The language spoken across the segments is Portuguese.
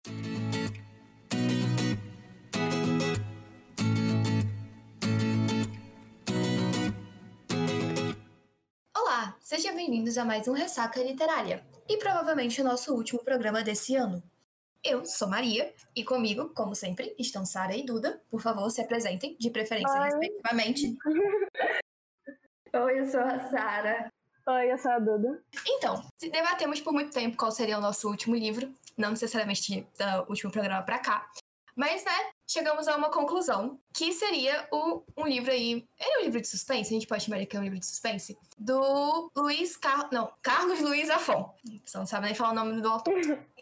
Olá, sejam bem-vindos a mais um Ressaca Literária e provavelmente o nosso último programa desse ano. Eu sou Maria e comigo, como sempre, estão Sara e Duda. Por favor, se apresentem, de preferência, respectivamente. Oi, eu sou a Sara. Oi, eu sou a Duda. Então, debatemos por muito tempo qual seria o nosso último livro, não necessariamente do último programa pra cá, mas, chegamos a uma conclusão, que seria um livro aí... Ele é um livro de suspense? A gente pode chamar ele que é um livro de suspense? Do Carlos Luiz Zafón. Você não sabe nem falar o nome do autor.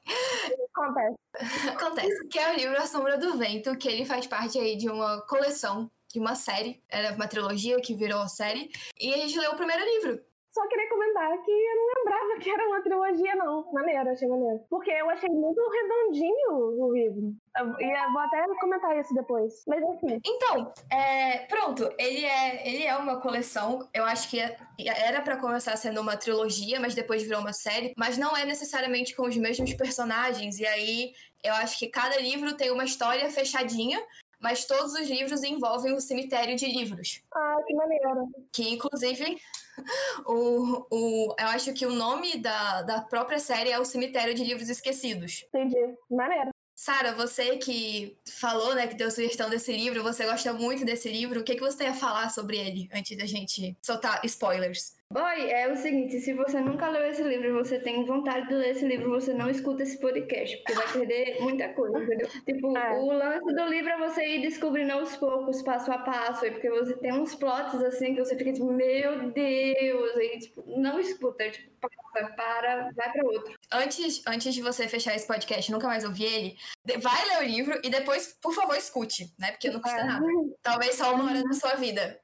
Acontece. Que é o livro A Sombra do Vento, que ele faz parte aí de uma coleção, de uma série. Era uma trilogia que virou série. E a gente leu o primeiro livro. Só queria comentar que eu não lembrava que era uma trilogia, não. Maneiro, achei maneiro. Porque eu achei muito redondinho o livro. Eu vou até comentar isso depois. Mas enfim. Então, pronto. Ele é uma coleção. Eu acho que era pra começar sendo uma trilogia, mas depois virou uma série. Mas não é necessariamente com os mesmos personagens. E aí, eu acho que cada livro tem uma história fechadinha. Mas todos os livros envolvem o cemitério de livros. Ah, que maneiro. Que, inclusive... eu acho que o nome da própria série é O Cemitério de Livros Esquecidos. Entendi. Maneiro. Sara, você que falou, que deu sugestão desse livro, você gosta muito desse livro, o que você tem a falar sobre ele, antes da gente soltar spoilers? Oi, é o seguinte, se você nunca leu esse livro e você tem vontade de ler esse livro, você não escuta esse podcast, porque vai perder muita coisa, entendeu? Tipo, o lance do livro é você ir descobrindo aos poucos, passo a passo, porque você tem uns plots assim, que você fica tipo, meu Deus, e tipo, não escuta, tipo, para, vai pra outro. Antes de você fechar esse podcast, nunca mais ouvir ele, vai ler o livro e depois, por favor, escute, porque não custa nada. Talvez só uma hora da sua vida.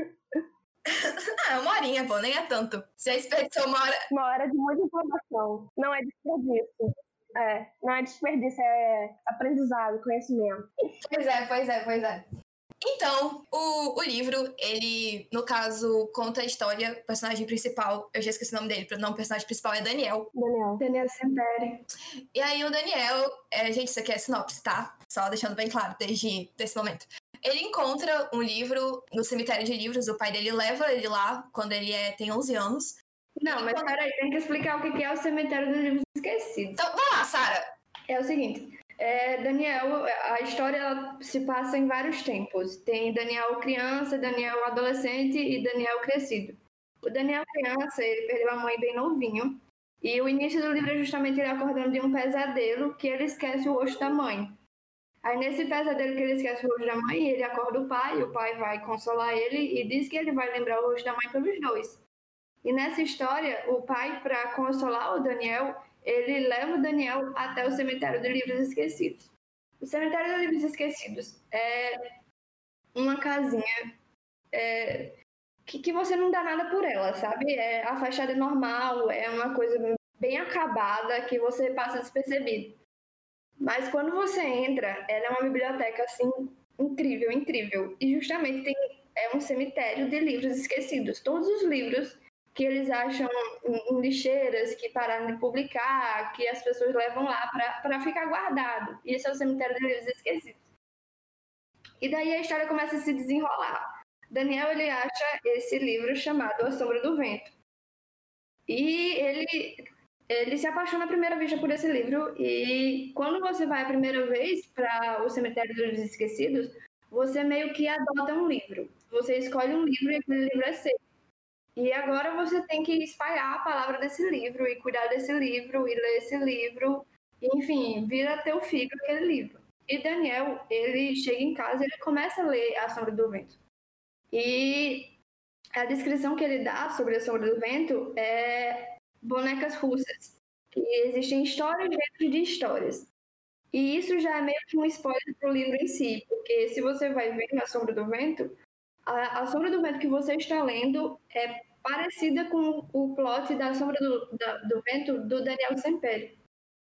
Uma horinha, pô, nem é tanto. Se a expedição uma hora de muita informação. Não é desperdício. Não é desperdício, é aprendizado, conhecimento. Pois é. Então, o livro, ele, no caso, conta a história do personagem principal. Eu já esqueci o nome dele, o nome do personagem principal é Daniel. Daniel Semperi. E aí o Daniel, gente, isso aqui é sinopse, tá? Só deixando bem claro desde esse momento. Ele encontra um livro no cemitério de livros, o pai dele leva ele lá quando ele tem 11 anos. Não, mas peraí, tem que explicar o que é o cemitério dos livros esquecidos. Então, vai lá, Sara. É o seguinte, Daniel, a história ela se passa em vários tempos. Tem Daniel criança, Daniel adolescente e Daniel crescido. O Daniel criança, ele perdeu a mãe bem novinho. E o início do livro é justamente ele acordando de um pesadelo que ele esquece o rosto da mãe. Aí nesse pesadelo que ele esquece o rosto da mãe, ele acorda o pai vai consolar ele e diz que ele vai lembrar o rosto da mãe pelos dois. E nessa história, o pai, para consolar o Daniel, ele leva o Daniel até o cemitério de livros esquecidos. O cemitério de livros esquecidos é uma casinha que você não dá nada por ela, sabe? A fachada é normal, é uma coisa bem acabada que você passa despercebido. Mas quando você entra, ela é uma biblioteca, assim, incrível. E justamente é um cemitério de livros esquecidos. Todos os livros que eles acham em lixeiras, que pararam de publicar, que as pessoas levam lá para ficar guardado. E esse é o cemitério de livros esquecidos. E daí a história começa a se desenrolar. Daniel, ele acha esse livro chamado A Sombra do Vento. E ele se apaixona à primeira vista por esse livro, e quando você vai a primeira vez para o Cemitério dos Esquecidos, você meio que adota um livro. Você escolhe um livro e aquele livro é seu. E agora você tem que espalhar a palavra desse livro, e cuidar desse livro, e ler esse livro, e, enfim, vira teu filho aquele livro. E Daniel, ele chega em casa e ele começa a ler A Sombra do Vento. E a descrição que ele dá sobre A Sombra do Vento é bonecas russas, que existem histórias dentro de histórias. E isso já é meio que um spoiler para o livro em si, porque se você vai ver na Sombra do Vento, a Sombra do Vento que você está lendo é parecida com o plot da Sombra do Vento do Daniel Semperi.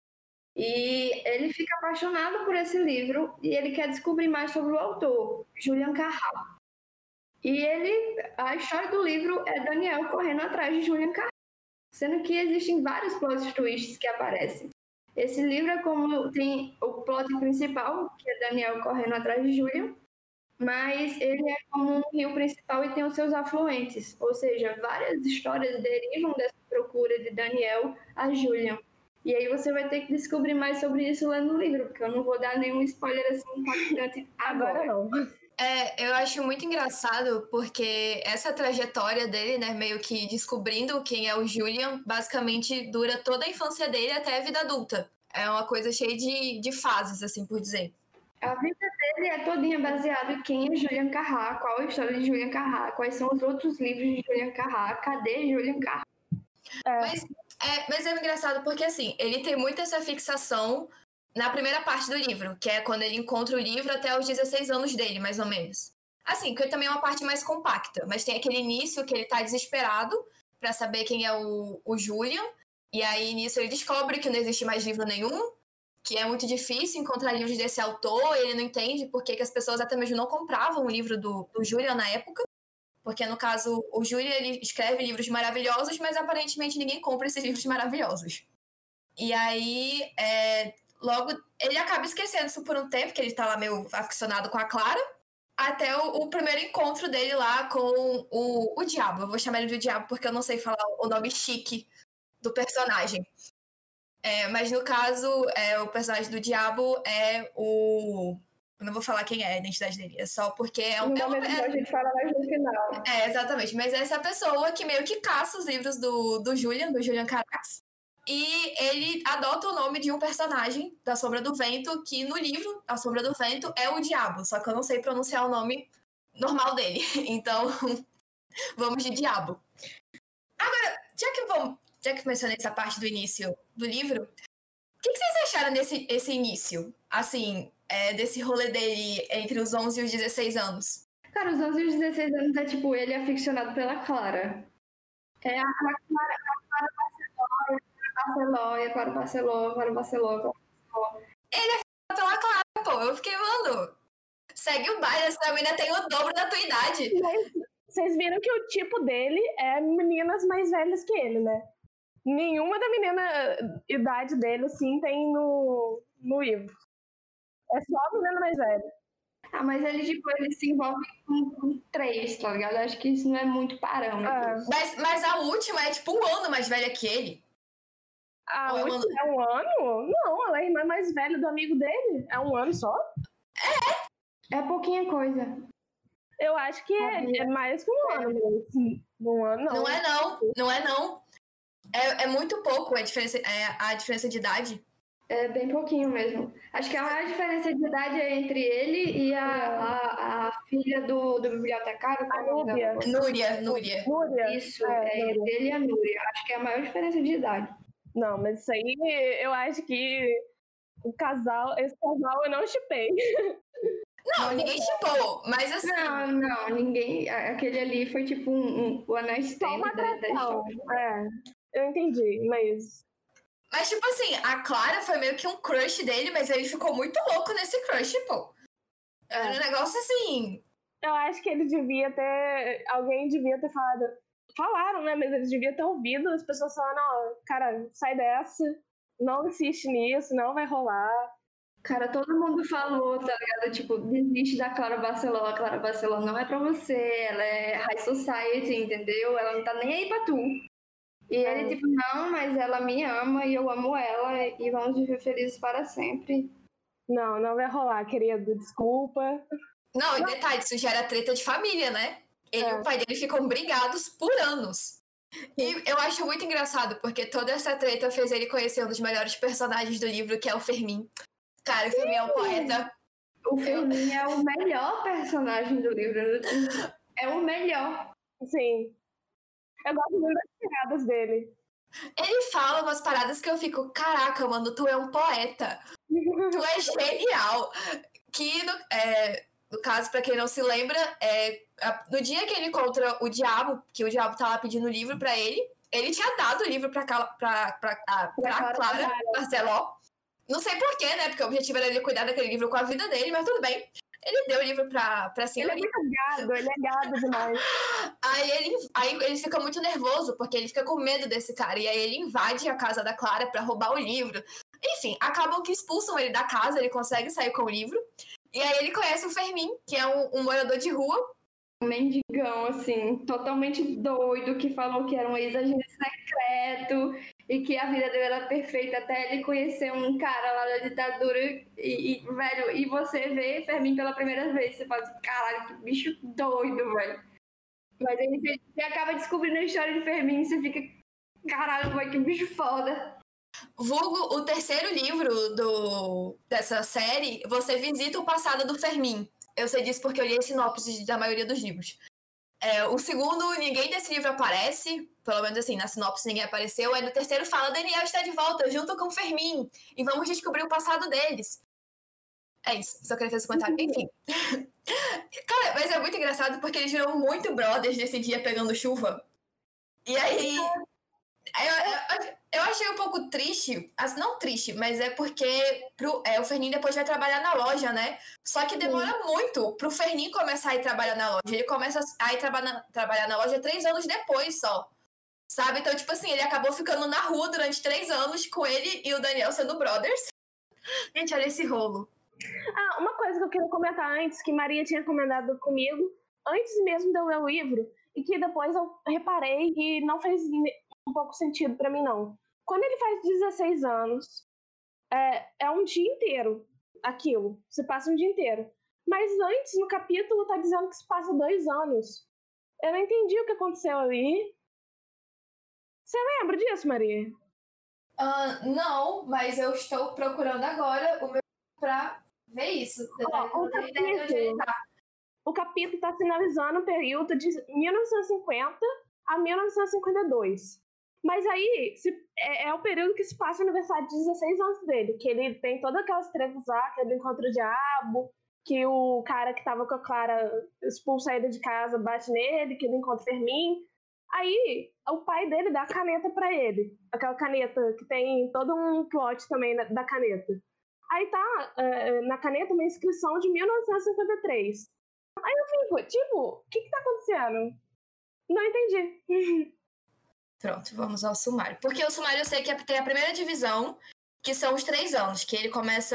E ele fica apaixonado por esse livro e ele quer descobrir mais sobre o autor, Julian Carral. E a história do livro é Daniel correndo atrás de Julian Carral, sendo que existem vários plot twists que aparecem. Esse livro é como tem o plot principal, que é Daniel correndo atrás de Julian, mas ele é como um rio principal e tem os seus afluentes, ou seja, várias histórias derivam dessa procura de Daniel a Julian. E aí você vai ter que descobrir mais sobre isso lendo o livro, porque eu não vou dar nenhum spoiler assim impactante agora. Não. Eu acho muito engraçado porque essa trajetória dele, né, meio que descobrindo quem é o Julian, basicamente dura toda a infância dele até a vida adulta. É uma coisa cheia de fases, assim por dizer. A vida dele é todinha baseada em quem é Julian Carrà, qual é a história de Julian Carrà, quais são os outros livros de Julian Carrà, cadê Julian Carrà. Mas é engraçado porque, assim, ele tem muito essa fixação na primeira parte do livro, que é quando ele encontra o livro até os 16 anos dele, mais ou menos. Assim, que também é uma parte mais compacta, mas tem aquele início que ele tá desesperado pra saber quem é o Julian, e aí nisso ele descobre que não existe mais livro nenhum, que é muito difícil encontrar livros desse autor, ele não entende por que as pessoas até mesmo não compravam o livro do Julian na época, porque no caso o Julian ele escreve livros maravilhosos, mas aparentemente ninguém compra esses livros maravilhosos. E aí, logo, ele acaba esquecendo isso por um tempo, que ele tá lá meio aficionado com a Clara, até o primeiro encontro dele lá com o Diabo. Eu vou chamar ele de Diabo porque eu não sei falar o nome chique do personagem. Mas no caso, o personagem do Diabo é o... Eu não vou falar quem é a identidade dele, é só porque é um... a gente fala mais no final. Exatamente, mas é essa pessoa que meio que caça os livros do Julian Carax, e ele adota o nome de um personagem da Sombra do Vento, que no livro, A Sombra do Vento, é o Diabo, só que eu não sei pronunciar o nome normal dele, então vamos de Diabo. Agora, já que mencionei essa parte do início do livro, o que vocês acharam desse início? Assim, desse rolê dele entre os 11 e os 16 anos? Cara, os 11 e os 16 anos é tipo, ele é aficionado pela Clara. A Clara Barceló. Ele é aficionado pela Clara, pô. Eu fiquei, mano, segue o baile, essa menina tem o dobro da tua idade. Mas vocês viram que o tipo dele é meninas mais velhas que ele, né? Nenhuma da menina idade dele, assim, tem no livro. É só a menina mais velha. Mas ele se envolve com 3, tá ligado? Acho que isso não é muito parâmetro. Mas a última é tipo 1 ano mais velha que ele. A última é 1 ano? Não, ela é a irmã mais velha do amigo dele. É 1 ano só? É pouquinha coisa. Eu acho que é mais que 1 ano. Assim. 1 ano não. Não é não. É muito pouco a diferença de idade. É bem pouquinho mesmo. Acho que a maior diferença de idade é entre ele e a filha do bibliotecário. A Núria. Núria. Isso, entre ele e a Núria. Acho que é a maior diferença de idade. Não, mas isso aí eu acho que esse casal eu não chipei. Não, ninguém chipou, mas assim... Não, ninguém... Aquele ali foi tipo um one night stand da história. Eu entendi, mas... Mas, tipo assim, a Clara foi meio que um crush dele, mas ele ficou muito louco nesse crush, pô. Era um negócio assim... Eu acho que ele devia ter... Alguém devia ter falado... Falaram, né? Mas eles deviam ter ouvido as pessoas falando, ó, cara, sai dessa, não insiste nisso, não vai rolar. Cara, todo mundo falou, tá ligado? Tipo, desiste da Clara Barceló. A Clara Barceló não é pra você, ela é high society, entendeu? Ela não tá nem aí pra tu. E ele, tipo, não, mas ela me ama e eu amo ela e vamos viver felizes para sempre. Não vai rolar, querido, desculpa. Não, e detalhe, isso gera treta de família, né? Ele e o pai dele ficam brigados por anos. E eu acho muito engraçado, porque toda essa treta fez ele conhecer um dos melhores personagens do livro, que é o Fermin. Cara, o Fermin é um poeta. O Fermin é o melhor personagem do livro. É o melhor. Sim. Eu gosto muito das tiradas dele. Ele fala umas paradas que eu fico, caraca, mano, tu é um poeta. Tu é genial. Que, no caso, pra quem não se lembra, no dia que ele encontra o Diabo, que o Diabo tá lá pedindo o livro pra ele tinha dado o livro pra Clara Barceló. Não sei porquê, né? Porque o objetivo era ele cuidar daquele livro com a vida dele, mas tudo bem. Ele deu o livro pra senhorita. Ele é gado demais. Aí ele fica muito nervoso, porque ele fica com medo desse cara. E aí ele invade a casa da Clara pra roubar o livro. Enfim, acabam que expulsam ele da casa, ele consegue sair com o livro. E aí ele conhece o Fermin, que é um morador de rua. Um mendigão, assim, totalmente doido, que falou que era um ex-agente secreto e que a vida dele era perfeita até ele conhecer um cara lá da ditadura. Velho, e você vê Fermin pela primeira vez, você fala assim, caralho, que bicho doido, velho. Mas aí você acaba descobrindo a história de Fermin e você fica, caralho, velho, que bicho foda. Vulgo, o terceiro livro dessa série, você visita o passado do Fermin. Eu sei disso porque eu li a sinopse da maioria dos livros. O segundo, ninguém desse livro aparece, pelo menos assim, na sinopse ninguém apareceu. Aí no terceiro fala, Daniel está de volta, junto com o Fermin, e vamos descobrir o passado deles. É isso, só queria fazer esse comentário. Enfim. Cara, mas é muito engraçado porque eles viram muito brothers nesse dia pegando chuva. E aí... Eu achei um pouco triste, não triste, mas é porque o Fernin depois vai trabalhar na loja, né? Só que demora muito pro Fernin começar a ir trabalhar na loja. Ele começa a ir trabalhar na loja 3 anos depois só, sabe? Então, tipo assim, ele acabou ficando na rua durante 3 anos com ele e o Daniel sendo brothers. Gente, olha esse rolo. Uma coisa que eu queria comentar antes, que Maria tinha comentado comigo, antes mesmo de eu ler o livro, e que depois eu reparei e não fez um pouco sentido pra mim, não. Quando ele faz 16 anos, é um dia inteiro aquilo. Se passa um dia inteiro. Mas antes, no capítulo, tá dizendo que se passa 2 anos. Eu não entendi o que aconteceu ali. Você lembra disso, Maria? Não, mas eu estou procurando agora o meu pra ver isso. O capítulo está sinalizando o período de 1950 a 1952. Mas aí é o período que se passa o aniversário de 16 anos dele, que ele tem todas aquelas tretas lá, que ele encontra o diabo, que o cara que tava com a Clara expulsa ele de casa, bate nele, que ele encontra o Fermin. Aí o pai dele dá a caneta pra ele, aquela caneta que tem todo um plot também da caneta. Aí tá na caneta uma inscrição de 1953. Aí eu fico, tipo, o que tá acontecendo? Não entendi. Pronto, vamos ao sumário. Porque o sumário eu sei que tem a primeira divisão, que são os 3 anos, que ele começa...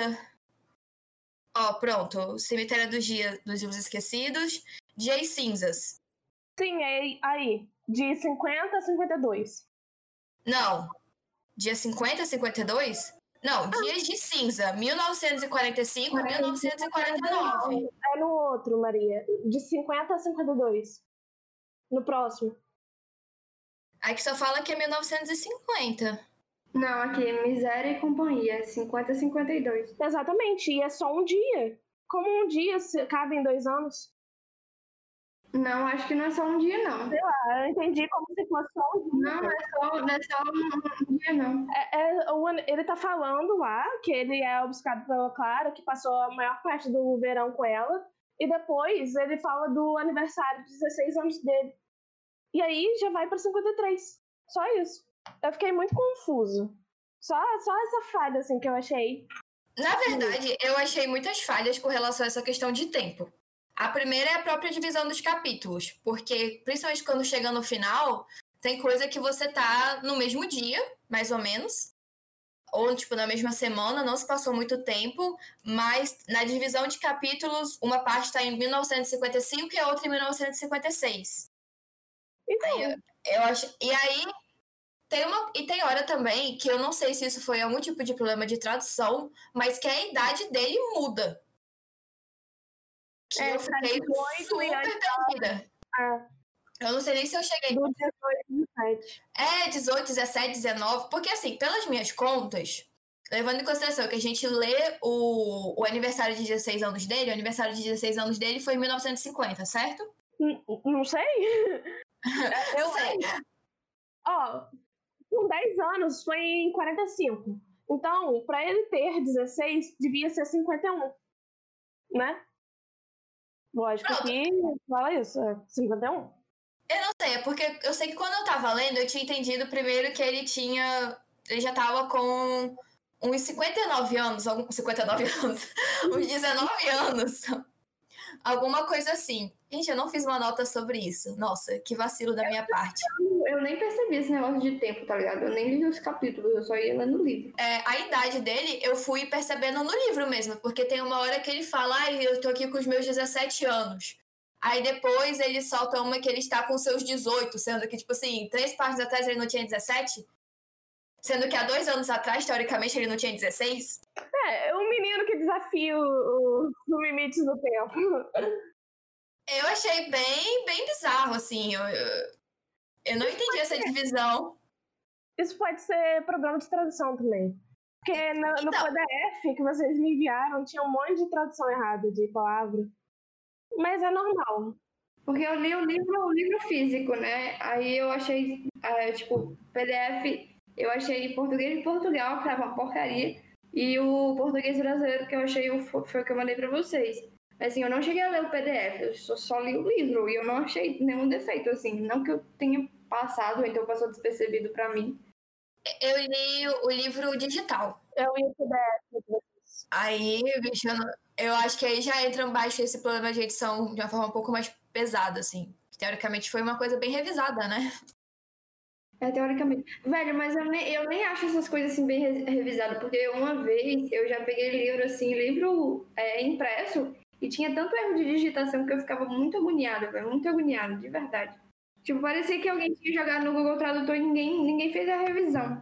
pronto. Cemitério dos Livros Esquecidos, Dias Cinzas. Sim, é aí. De 50 a 52. Não. Dia 50 a 52? Não, Dias de Cinza, 1945 a 1949. É no outro, Maria. De 50 a 52. No próximo. Aqui só fala que é 1950. Não, aqui, Miséria e Companhia, 50 a 52. Exatamente, e é só um dia. Como um dia cabe em 2 anos? Não, acho que não é só um dia, não. Sei lá, eu entendi como se fosse só um dia. Não é só um dia, não. Ele tá falando lá que ele é obcecado pela Clara, que passou a maior parte do verão com ela, e depois ele fala do aniversário de 16 anos dele. E aí já vai pra 53. Só isso. Eu fiquei muito confuso. Só essa falha, assim, que eu achei. Na verdade, eu achei muitas falhas com relação a essa questão de tempo. A primeira é a própria divisão dos capítulos, porque, principalmente quando chega no final, tem coisa que você tá no mesmo dia, mais ou menos, ou, tipo, na mesma semana, não se passou muito tempo, mas na divisão de capítulos, uma parte tá em 1955 e a outra em 1956. Então, eu acho... E aí, tem hora também que eu não sei se isso foi algum tipo de problema de tradução, mas que a idade dele muda. Que eu fiquei super perdida. Eu não sei nem se eu cheguei... Do 18, 17. 18, 17, 19. Porque, assim, pelas minhas contas, levando em consideração que a gente lê o aniversário de 16 anos dele, o aniversário de 16 anos dele foi em 1950, certo? Não sei. Eu sei. Com 10 anos foi em 45. Então, pra ele ter 16, devia ser 51. Né? Lógico que fala isso, 51. Eu não sei, é porque eu sei que quando eu tava lendo, eu tinha entendido primeiro que ele já tava com uns 59 anos, 59 anos, uns 19 anos, alguma coisa assim. Gente, eu não fiz uma nota sobre isso. Nossa, que vacilo da minha parte. eu nem percebi esse negócio de tempo, tá ligado? Eu nem li os capítulos, eu só ia lendo o livro. A idade dele, eu fui percebendo no livro mesmo, porque tem uma hora que ele fala, eu tô aqui com os meus 17 anos. Aí depois ele solta uma que ele está com seus 18, sendo que, tipo assim, 3 páginas atrás ele não tinha 17, sendo que há 2 anos atrás, teoricamente, ele não tinha 16. É um menino que desafia os limites do tempo. Eu achei bem bizarro, assim, eu não entendi essa divisão. Isso pode ser problema de tradução também. Porque no PDF que vocês me enviaram tinha um monte de tradução errada de palavra. Mas é normal. Porque eu li o livro físico, né? Aí eu achei, PDF, eu achei em português de Portugal, que tava uma porcaria. E o português brasileiro que eu achei foi o que eu mandei pra vocês. Assim, eu não cheguei a ler o PDF, eu só li o livro e eu não achei nenhum defeito, assim. Não que eu tenha passado, ou então passou despercebido pra mim. Eu li o livro digital. Eu li o PDF. Aí, bicho, eu acho que aí já entra embaixo esse problema de edição de uma forma um pouco mais pesada, assim. Teoricamente foi uma coisa bem revisada, né? Teoricamente. Velho, mas eu nem acho essas coisas assim bem revisadas, porque uma vez eu já peguei livro impresso, e tinha tanto erro de digitação que eu ficava muito agoniada, velho, muito agoniada, de verdade. Tipo, parecia que alguém tinha jogado no Google Tradutor e ninguém fez a revisão.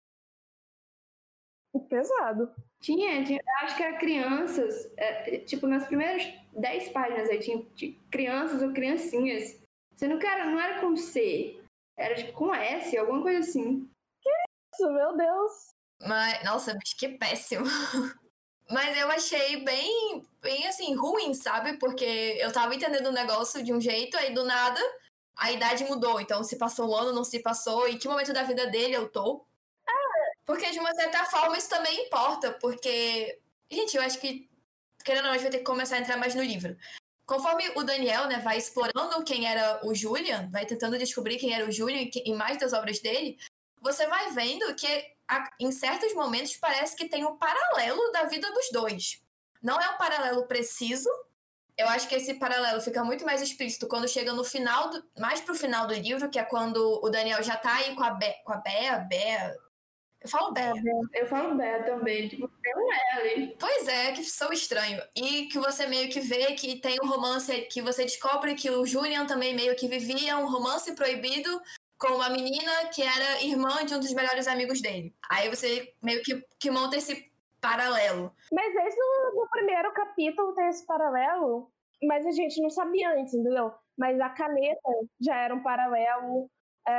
Pesado. Tinha, acho que era crianças, tipo, nas primeiras 10 páginas aí tinha crianças ou criancinhas, sendo que não era com C, era tipo com S, alguma coisa assim. Que isso, meu Deus! Mas, nossa, bicho, que péssimo. Mas eu achei bem assim, ruim, sabe? Porque eu tava entendendo o negócio de um jeito, aí do nada a idade mudou. Então, se passou um ano, não se passou, e que momento da vida dele eu tô? Porque, de uma certa forma, isso também importa, porque, gente, eu acho que, querendo ou não, a gente vai ter que começar a entrar mais no livro. Conforme o Daniel, né, vai explorando quem era o Julian, vai tentando descobrir quem era o Julian em mais das obras dele, você vai vendo que, em certos momentos, parece que tem um paralelo da vida dos dois. Não é um paralelo preciso. Eu acho que esse paralelo fica muito mais explícito quando chega no final, mais pro final do livro, que é quando o Daniel já tá aí com a Bea. Eu falo Bea. Eu falo Bea também, tipo, tem um L. Pois é, que sou estranho. E que você meio que vê que tem um romance, que você descobre que o Julian também meio que vivia um romance proibido com uma menina que era irmã de um dos melhores amigos dele. Aí você meio que monta esse paralelo. Mas esse no primeiro capítulo tem esse paralelo, mas a gente não sabia antes, entendeu? Mas a caneta já era um paralelo.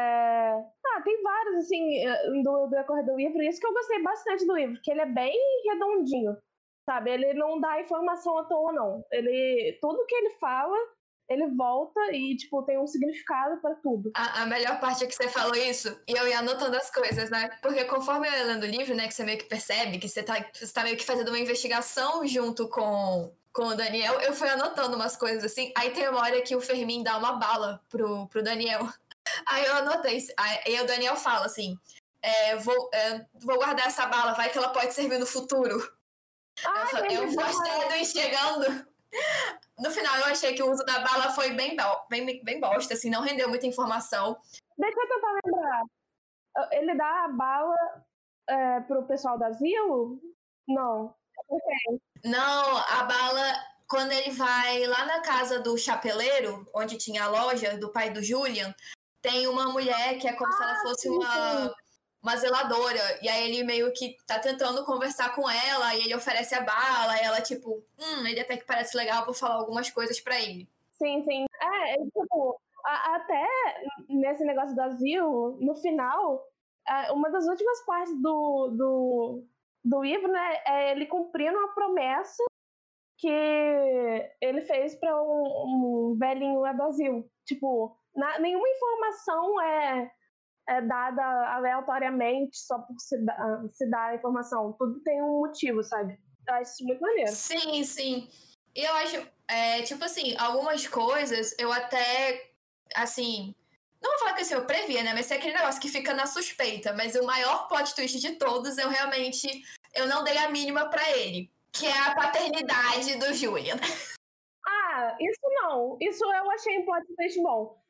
Tem vários, assim, do decorrer do livro. Isso que eu gostei bastante do livro, que ele é bem redondinho, sabe? Ele não dá informação à toa, não. Tudo que ele fala, ele volta e, tipo, tem um significado pra tudo. A melhor parte é que você falou isso, e eu ia anotando as coisas, né? Porque conforme eu ia lendo o livro, né, que você meio que percebe que você tá meio que fazendo uma investigação junto com o Daniel, eu fui anotando umas coisas assim. Aí tem uma hora que o Fermin dá uma bala pro Daniel. Aí eu anotei, aí o Daniel fala assim, vou guardar essa bala, vai que ela pode servir no futuro. Eu postado enxergando. No final eu achei que o uso da bala foi bem bosta, assim, não rendeu muita informação. Deixa eu tentar lembrar. Ele dá a bala pro pessoal do asilo? Não. Okay. Não, a bala, quando ele vai lá na casa do chapeleiro, onde tinha a loja do pai do Julian, tem uma mulher que é como se ela fosse uma zeladora. E aí ele meio que tá tentando conversar com ela, e ele oferece a bala, e ela tipo, ele até que parece legal, vou falar algumas coisas pra ele. Sim. Tipo, até nesse negócio do asilo, no final, uma das últimas partes do livro, né, é ele cumprindo uma promessa que ele fez pra um velhinho lá do asilo. Tipo, nenhuma informação é dada aleatoriamente só por se dar a informação. Tudo tem um motivo, sabe? Eu acho isso muito maneiro. Sim. E eu acho, tipo assim, algumas coisas eu até, assim, não vou falar que assim, eu previa, né? Mas é aquele negócio que fica na suspeita. Mas o maior plot twist de todos, eu não dei a mínima pra ele. Que é a paternidade do Julian. Isso não. Isso eu achei um plot twist bom.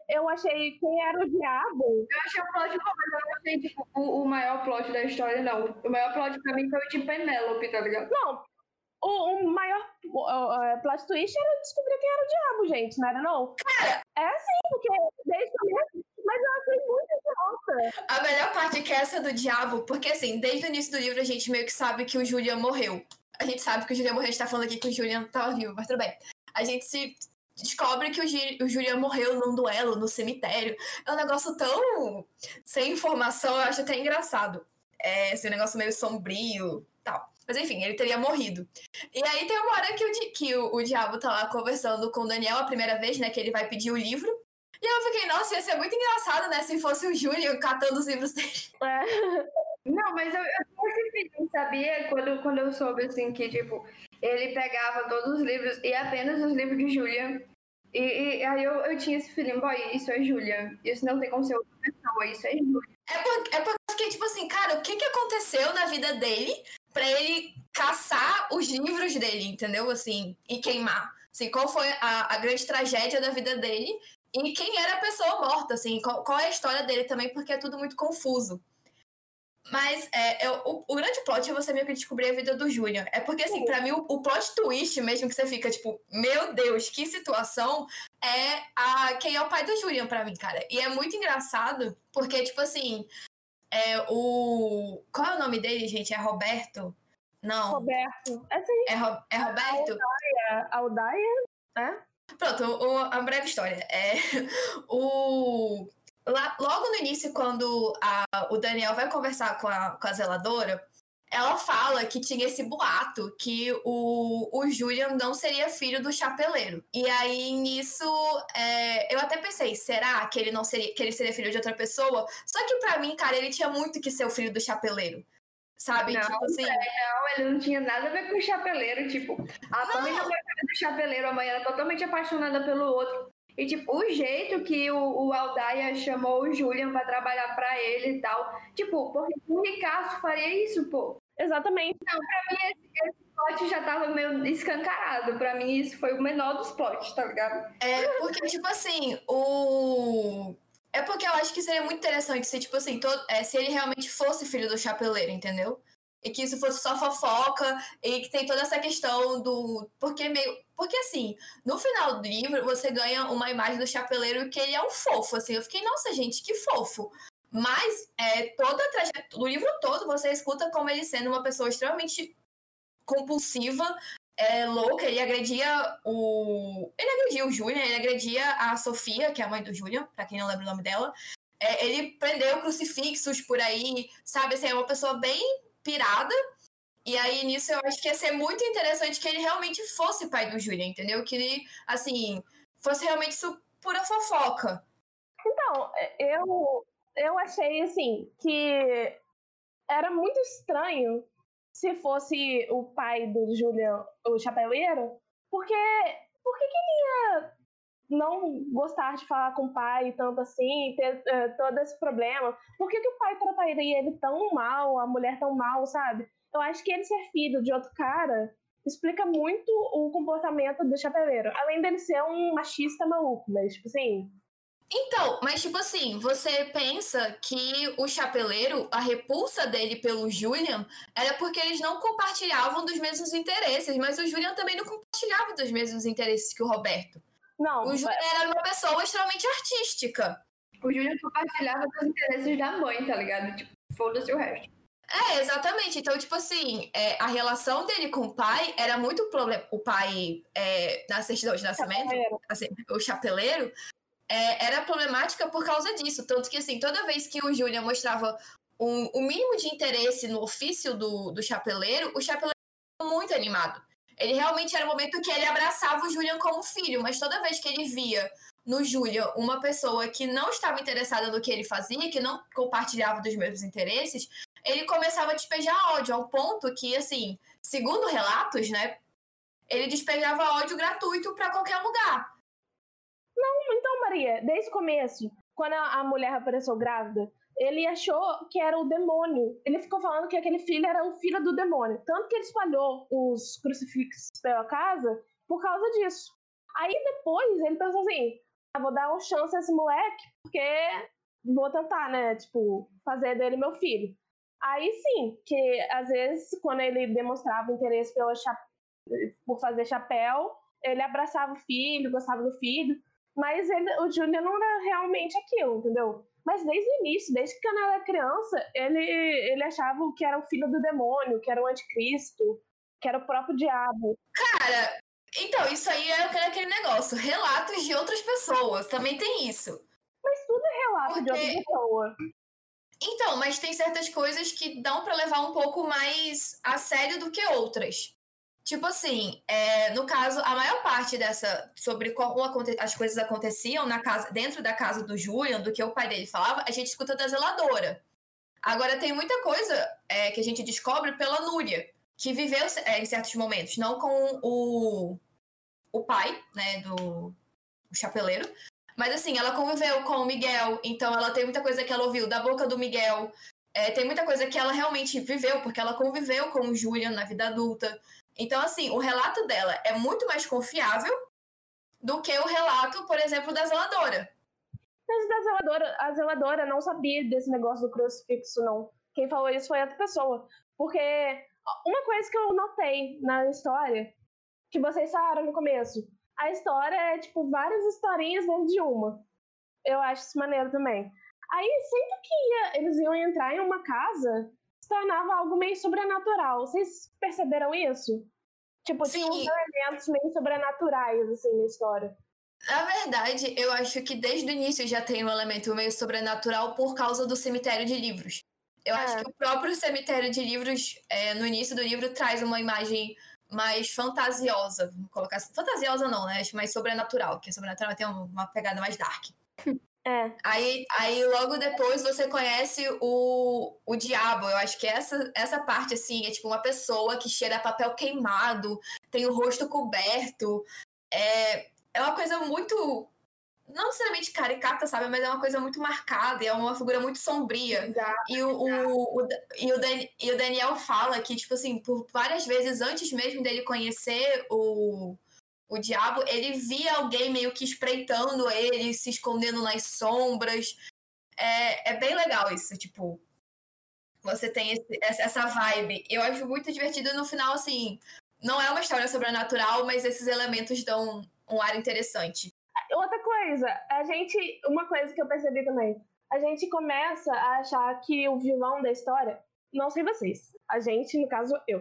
eu achei quem era o diabo. Eu achei o plot bom, mas eu não achei, tipo, o maior plot da história, não. O maior plot pra mim foi o de Penélope, tá ligado? Não, o maior plot twist era descobrir quem era o diabo, gente, não era não? Cara, é assim, porque desde o começo, mas eu achei muito idiota. A melhor parte é que essa do diabo, porque assim, desde o início do livro a gente meio que sabe que o Julian morreu. A gente sabe que o Julian morreu, a gente tá falando aqui que o Julian tava vivo, mas tudo bem. A gente se descobre que o Julian morreu num duelo no cemitério. É um negócio tão sem informação, eu acho até engraçado. É esse negócio meio sombrio e tal. Mas enfim, ele teria morrido. E aí tem uma hora que o diabo tá lá conversando com o Daniel a primeira vez, né? Que ele vai pedir o livro. E eu fiquei, nossa, ia ser muito engraçado, né? Se fosse o Julian catando os livros dele. Não, mas eu tinha esse feeling, sabia? Quando eu soube, assim, que, tipo, ele pegava todos os livros e apenas os livros de Julian. E aí eu tinha esse feeling, boy, isso é Julian. Isso não tem como ser outra pessoa, isso é Julian. É porque, tipo assim, cara, o que aconteceu na vida dele pra ele caçar os livros dele, entendeu? Assim, e queimar. Assim, qual foi a grande tragédia da vida dele e quem era a pessoa morta, assim, qual é a história dele também, porque é tudo muito confuso. Mas o grande plot é você meio que descobrir a vida do Julian. É porque, assim, pra mim, o plot twist mesmo que você fica, tipo, meu Deus, que situação, quem é o pai do Julian pra mim, cara. E é muito engraçado, porque, tipo assim, qual é o nome dele, gente? É Roberto? Não. Roberto. É sim. É Roberto? Aldaia, né? Pronto, a breve história. Logo no início, quando o Daniel vai conversar com a zeladora, ela fala que tinha esse boato que o Julian não seria filho do chapeleiro. E aí, nisso, eu até pensei, será que ele seria filho de outra pessoa? Só que pra mim, cara, ele tinha muito que ser o filho do chapeleiro. Sabe? Não, tipo assim. Não, ele não tinha nada a ver com o chapeleiro. Tipo, a mãe não foi filha do chapeleiro, a mãe era totalmente apaixonada pelo outro. E, tipo, o jeito que o Aldaia chamou o Julian pra trabalhar pra ele e tal. Tipo, porque o Ricardo faria isso, pô. Exatamente. Não, pra mim esse plot já tava meio escancarado. Pra mim isso foi o menor dos plots, tá ligado? Porque, tipo assim, É porque eu acho que seria muito interessante se, tipo assim, se ele realmente fosse filho do chapeleiro, entendeu? E que isso fosse só fofoca, e que tem toda essa questão do... Porque, assim, no final do livro, você ganha uma imagem do chapeleiro que ele é um fofo, assim. Eu fiquei, nossa, gente, que fofo. Mas, toda a trajetória do livro todo, você escuta como ele sendo uma pessoa extremamente compulsiva, louca. Ele agredia o Julian, ele agredia a Sofia, que é a mãe do Julian, pra quem não lembra o nome dela. Ele prendeu crucifixos por aí, sabe? Assim, é uma pessoa bem pirada. E aí, nisso, eu acho que ia ser muito interessante que ele realmente fosse pai do Julian, entendeu? Que ele, assim, fosse realmente isso pura fofoca. Então, eu achei, assim, que era muito estranho se fosse o pai do Julian, o chapeleiro, porque por que ele ia não gostar de falar com o pai tanto assim, ter todo esse problema? Por que o pai trataria ele tão mal, a mulher tão mal, sabe? Eu acho que ele ser filho de outro cara explica muito o comportamento do chapeleiro, além dele ser um machista maluco, mas, tipo assim... Então, mas tipo assim, você pensa que o chapeleiro, a repulsa dele pelo Julian era porque eles não compartilhavam dos mesmos interesses, mas o Julian também não compartilhava dos mesmos interesses que o Roberto. Não, o Julian era uma pessoa extremamente artística. O Julian compartilhava dos interesses da mãe, tá ligado? Tipo, foda-se o resto. Exatamente. Então, tipo assim, a relação dele com o pai era muito problema. O pai, na certidão de nascimento, assim, o chapeleiro, era problemática por causa disso. Tanto que, assim, toda vez que o Julian mostrava o mínimo de interesse no ofício do chapeleiro, o chapeleiro estava muito animado. Ele realmente era o momento que ele abraçava o Julian como filho, mas toda vez que ele via no Julian uma pessoa que não estava interessada no que ele fazia, que não compartilhava dos mesmos interesses, ele começava a despejar ódio, ao ponto que, assim, segundo relatos, né, ele despejava ódio gratuito para qualquer lugar. Não, então, Maria, desde o começo, quando a mulher apareceu grávida, ele achou que era o demônio. Ele ficou falando que aquele filho era o filho do demônio. Tanto que ele espalhou os crucifixos pela casa por causa disso. Aí depois ele pensou assim, vou dar uma chance a esse moleque, porque vou tentar, né, tipo, fazer dele meu filho. Aí sim, que às vezes, quando ele demonstrava interesse por fazer chapéu, ele abraçava o filho, gostava do filho, mas o Julian não era realmente aquilo, entendeu? Mas desde o início, desde que eu era criança, ele achava que era o filho do demônio, que era o anticristo, que era o próprio diabo. Cara, então, isso aí é aquele negócio. Relatos de outras pessoas, também tem isso. Mas tudo é relato de outra pessoa. Então, mas tem certas coisas que dão pra levar um pouco mais a sério do que outras. Tipo assim, no caso, a maior parte sobre como as coisas aconteciam na casa, dentro da casa do Julian, do que o pai dele falava, a gente escuta da zeladora. Agora, tem muita coisa que a gente descobre pela Núria, que viveu em certos momentos, não com o pai, né, o chapeleiro, mas assim, ela conviveu com o Miguel, então ela tem muita coisa que ela ouviu da boca do Miguel, tem muita coisa que ela realmente viveu, porque ela conviveu com o Julian na vida adulta. Então, assim, o relato dela é muito mais confiável do que o relato, por exemplo, da zeladora. Mas a zeladora não sabia desse negócio do crucifixo, não. Quem falou isso foi outra pessoa. Porque uma coisa que eu notei na história, que vocês falaram no começo, a história é, tipo, várias historinhas dentro de uma. Eu acho isso maneiro também. Aí, sempre que eles iam entrar em uma casa, se tornava algo meio sobrenatural. Vocês perceberam isso? Tipo, Sim. tinha uns elementos meio sobrenaturais, assim, na história. Na verdade, eu acho que desde o início já tem um elemento meio sobrenatural por causa do cemitério de livros. Eu acho que o próprio cemitério de livros, no início do livro, traz uma imagem mais fantasiosa. Vamos colocar assim. Fantasiosa não, né? Acho mais sobrenatural, porque sobrenatural tem uma pegada mais dark. Aí logo depois você conhece o diabo. Eu acho que essa parte, assim, é tipo uma pessoa que cheira papel queimado, tem o rosto coberto. É uma coisa muito, não necessariamente caricata, sabe? Mas é uma coisa muito marcada, é uma figura muito sombria. E o Daniel fala que, tipo assim, por várias vezes, antes mesmo dele conhecer o diabo, ele via alguém meio que espreitando ele, se escondendo nas sombras. É bem legal isso, tipo, você tem essa vibe. Eu acho muito divertido. No final, assim, não é uma história sobrenatural, mas esses elementos dão um ar interessante. Outra coisa, uma coisa que eu percebi também, a gente começa a achar que o vilão da história, não sei vocês, a gente, no caso, eu.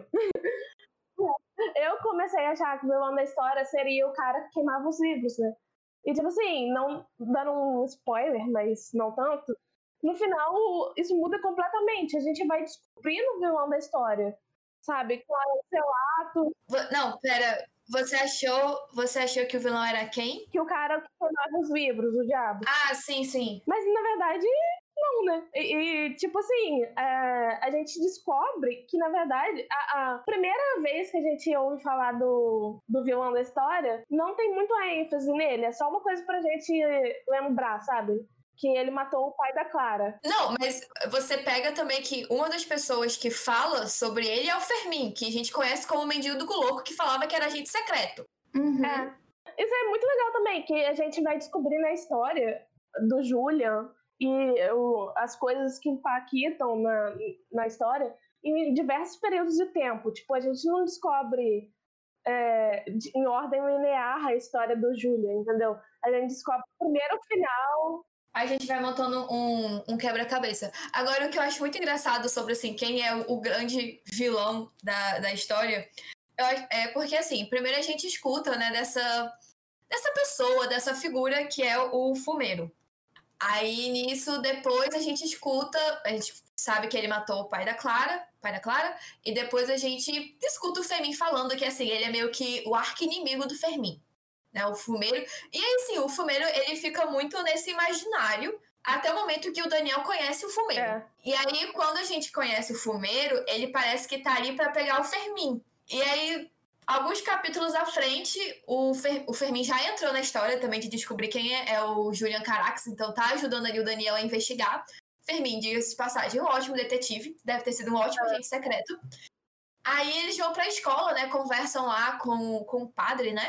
Eu comecei a achar que o vilão da história seria o cara que queimava os livros, né? E, tipo assim, não dando um spoiler, mas não tanto, no final, isso muda completamente. A gente vai descobrindo o vilão da história, sabe? Claro, o relato. Não, pera. Você achou que o vilão era quem? Que o cara que queimava os livros, o diabo. Ah, sim, sim. Mas, na verdade, não, né? E tipo assim, a gente descobre que, na verdade, a primeira vez que a gente ouve falar do vilão da história, não tem muito ênfase nele. É só uma coisa pra gente lembrar, sabe? Que ele matou o pai da Clara. Não, mas você pega também que uma das pessoas que fala sobre ele é o Fermin, que a gente conhece como o mendigo do Louco, que falava que era agente secreto. Uhum. Isso é muito legal também, que a gente vai descobrir na história do Julian e as coisas que impactam na história em diversos períodos de tempo. Tipo, a gente não descobre em ordem linear a história do Julian, entendeu? A gente descobre primeiro o final. A gente vai montando um quebra-cabeça. Agora, o que eu acho muito engraçado sobre, assim, quem é o grande vilão da história, é porque, assim, primeiro a gente escuta, né, dessa pessoa, dessa figura que é o fumeiro. Aí, nisso, depois a gente sabe que ele matou o pai da Clara, e depois a gente escuta o Fermin falando que, assim, ele é meio que o arqui-inimigo do Fermin. Né, o fumeiro. E aí, sim, o fumeiro, ele fica muito nesse imaginário até o momento que o Daniel conhece o fumeiro. E aí, quando a gente conhece o fumeiro, ele parece que tá ali pra pegar o Fermin. E aí, alguns capítulos à frente, o Fermin já entrou na história também de descobrir quem é o Julian Carax, então tá ajudando ali o Daniel a investigar. Fermin, diga-se de passagem, um ótimo detetive, deve ter sido um ótimo agente secreto. Aí eles vão pra escola, né, conversam lá com o padre, né?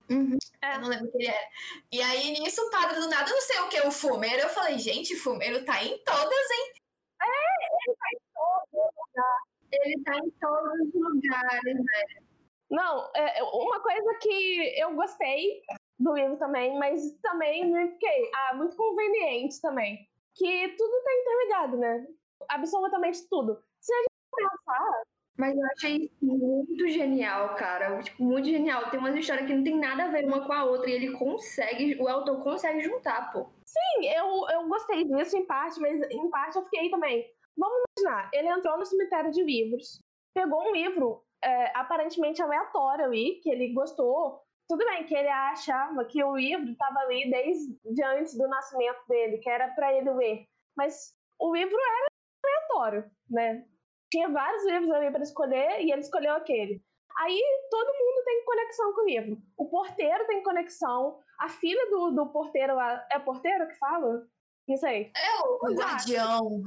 Eu não lembro quem ele era. E aí, nisso, o padre do nada, não sei o que, o fumeiro. Eu falei, gente, fumeiro tá em todas, hein? Ele tá em todo lugar. Ele tá em todos os lugares, né? Não, uma coisa que eu gostei do livro também, mas também me fiquei muito conveniente também, que tudo tá interligado, né? Absolutamente tudo. Se a gente pensar... Mas eu achei muito genial, cara. Tipo, muito genial. Tem umas histórias que não tem nada a ver uma com a outra e ele consegue, o autor consegue juntar, pô. Sim, eu gostei disso em parte, mas em parte eu fiquei também. Vamos imaginar, ele entrou no cemitério de livros, pegou um livro aparentemente aleatório ali, que ele gostou. Tudo bem que ele achava que o livro estava ali desde antes do nascimento dele, que era para ele ler. Mas o livro era aleatório, né? Tinha vários livros ali para escolher e ele escolheu aquele. Aí todo mundo tem conexão com o livro. O porteiro tem conexão. A filha do porteiro lá... É porteiro que fala? Não sei. É o guardião.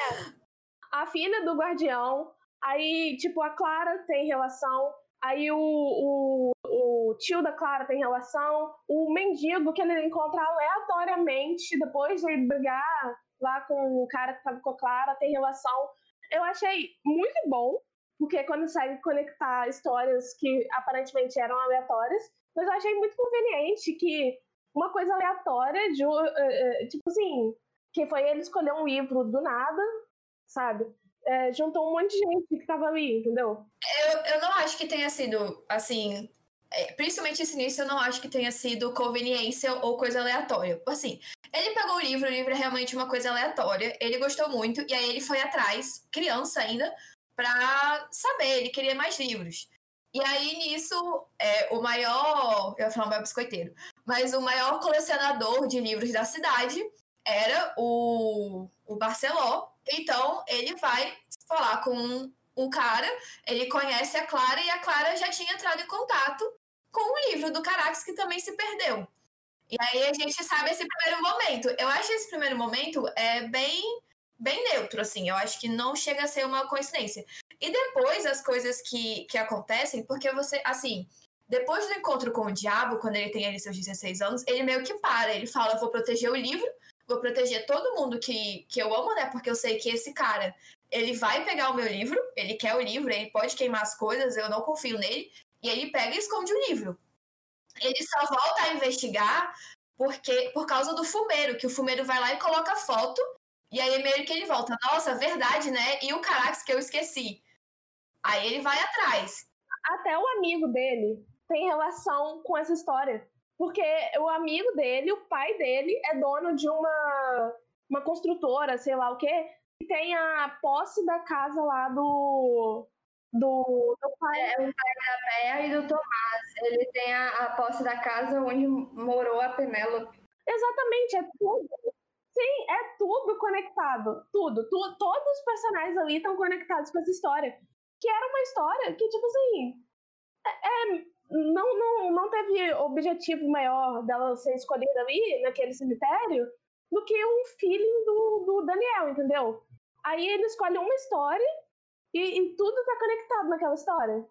A filha do guardião. Aí, tipo, a Clara tem relação. Aí o tio da Clara tem relação. O mendigo que ele encontra aleatoriamente depois de ele brigar lá com o cara que tava com a Clara tem relação. Eu achei muito bom, porque consegue conectar histórias que aparentemente eram aleatórias, mas eu achei muito conveniente que uma coisa aleatória, tipo assim, que foi ele escolher um livro do nada, sabe? Juntou um monte de gente que tava ali, entendeu? Eu não acho que tenha sido, assim... principalmente esse início, eu não acho que tenha sido conveniência ou coisa aleatória. Assim, ele pegou o livro é realmente uma coisa aleatória, ele gostou muito, e aí ele foi atrás, criança ainda, pra saber, ele queria mais livros. E aí, nisso, o maior... Eu ia falar o maior biscoiteiro. Mas o maior colecionador de livros da cidade era o Barceló. Então, ele vai falar com um cara, ele conhece a Clara, e a Clara já tinha entrado em contato com o livro do Carax, que também se perdeu. E aí a gente sabe esse primeiro momento. Eu acho esse primeiro momento bem neutro, assim. Eu acho que não chega a ser uma coincidência. E depois as coisas que acontecem, porque você, assim, depois do encontro com o diabo, quando ele tem ali seus 16 anos, ele meio que para. Ele fala, vou proteger o livro, vou proteger todo mundo que eu amo, né? Porque eu sei que esse cara, ele vai pegar o meu livro, ele quer o livro, ele pode queimar as coisas, eu não confio nele. E ele pega e esconde o livro. Ele só volta a investigar por causa do fumeiro, que o fumeiro vai lá e coloca foto, e aí meio que ele volta, nossa, verdade, né? E o Carax que eu esqueci. Aí ele vai atrás. Até o amigo dele tem relação com essa história. Porque o amigo dele, o pai dele, é dono de uma construtora, sei lá o quê, e tem a posse da casa lá do pai. É o pai da Bea e do Tomás. Ele tem a posse da casa onde morou a Penélope. Exatamente, é tudo. Sim, é tudo conectado. Tudo. Todos os personagens ali estão conectados com essa história. Que era uma história que, tipo assim, não teve objetivo maior dela ser escolhida ali, naquele cemitério, do que um feeling do Daniel, entendeu? Aí ele escolhe uma história e tudo tá conectado naquela história.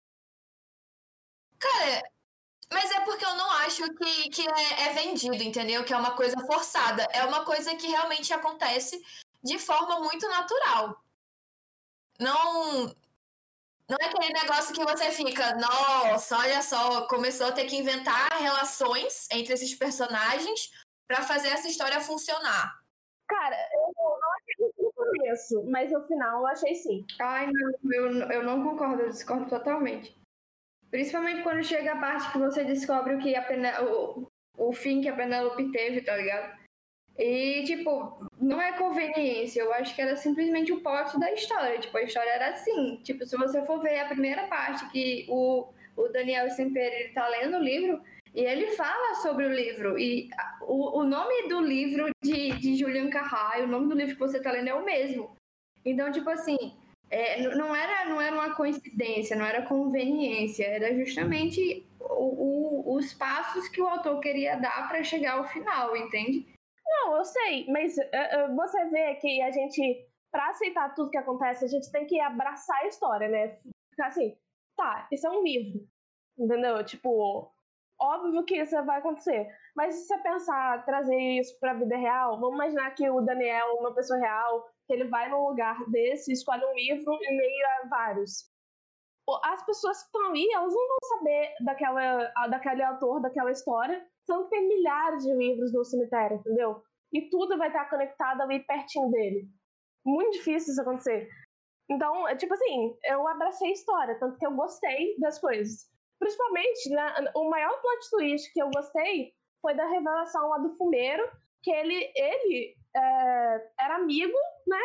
Cara, mas é porque eu não acho que é vendido, entendeu? Que é uma coisa forçada. É uma coisa que realmente acontece de forma muito natural. Não é aquele negócio que você fica, nossa, olha só, começou a ter que inventar relações entre esses personagens pra fazer essa história funcionar. Cara, eu não achei no começo, mas no final eu achei sim. Ai, não, eu não concordo, eu discordo totalmente. Principalmente quando chega a parte que você descobre o que o fim que a Penélope teve, tá ligado? E, tipo, não é conveniência, eu acho que era simplesmente o plot da história. Tipo, a história era assim. Tipo, se você for ver a primeira parte que o Daniel Semperi, ele tá lendo o livro, e ele fala sobre o livro. E o nome do livro de Julian Carryle, o nome do livro que você tá lendo é o mesmo. Então, tipo assim, não era uma coincidência, não era conveniência, era justamente os passos que o autor queria dar para chegar ao final, entende? Não, eu sei, mas você vê que a gente, pra aceitar tudo que acontece, a gente tem que abraçar a história, né? Ficar assim, tá, isso é um livro, entendeu? Tipo, óbvio que isso vai acontecer. Mas se você pensar, trazer isso pra vida real, vamos imaginar que o Daniel, uma pessoa real, que ele vai num lugar desse, escolhe um livro em meio a vários. As pessoas que estão ali, elas não vão saber daquele autor, daquela história, sendo que tem milhares de livros no cemitério, entendeu? E tudo vai estar conectado ali pertinho dele. Muito difícil isso acontecer. Então, tipo assim, eu abracei a história, tanto que eu gostei das coisas. Principalmente, né, o maior plot twist que eu gostei foi da revelação lá do fumeiro, que ele era amigo, né,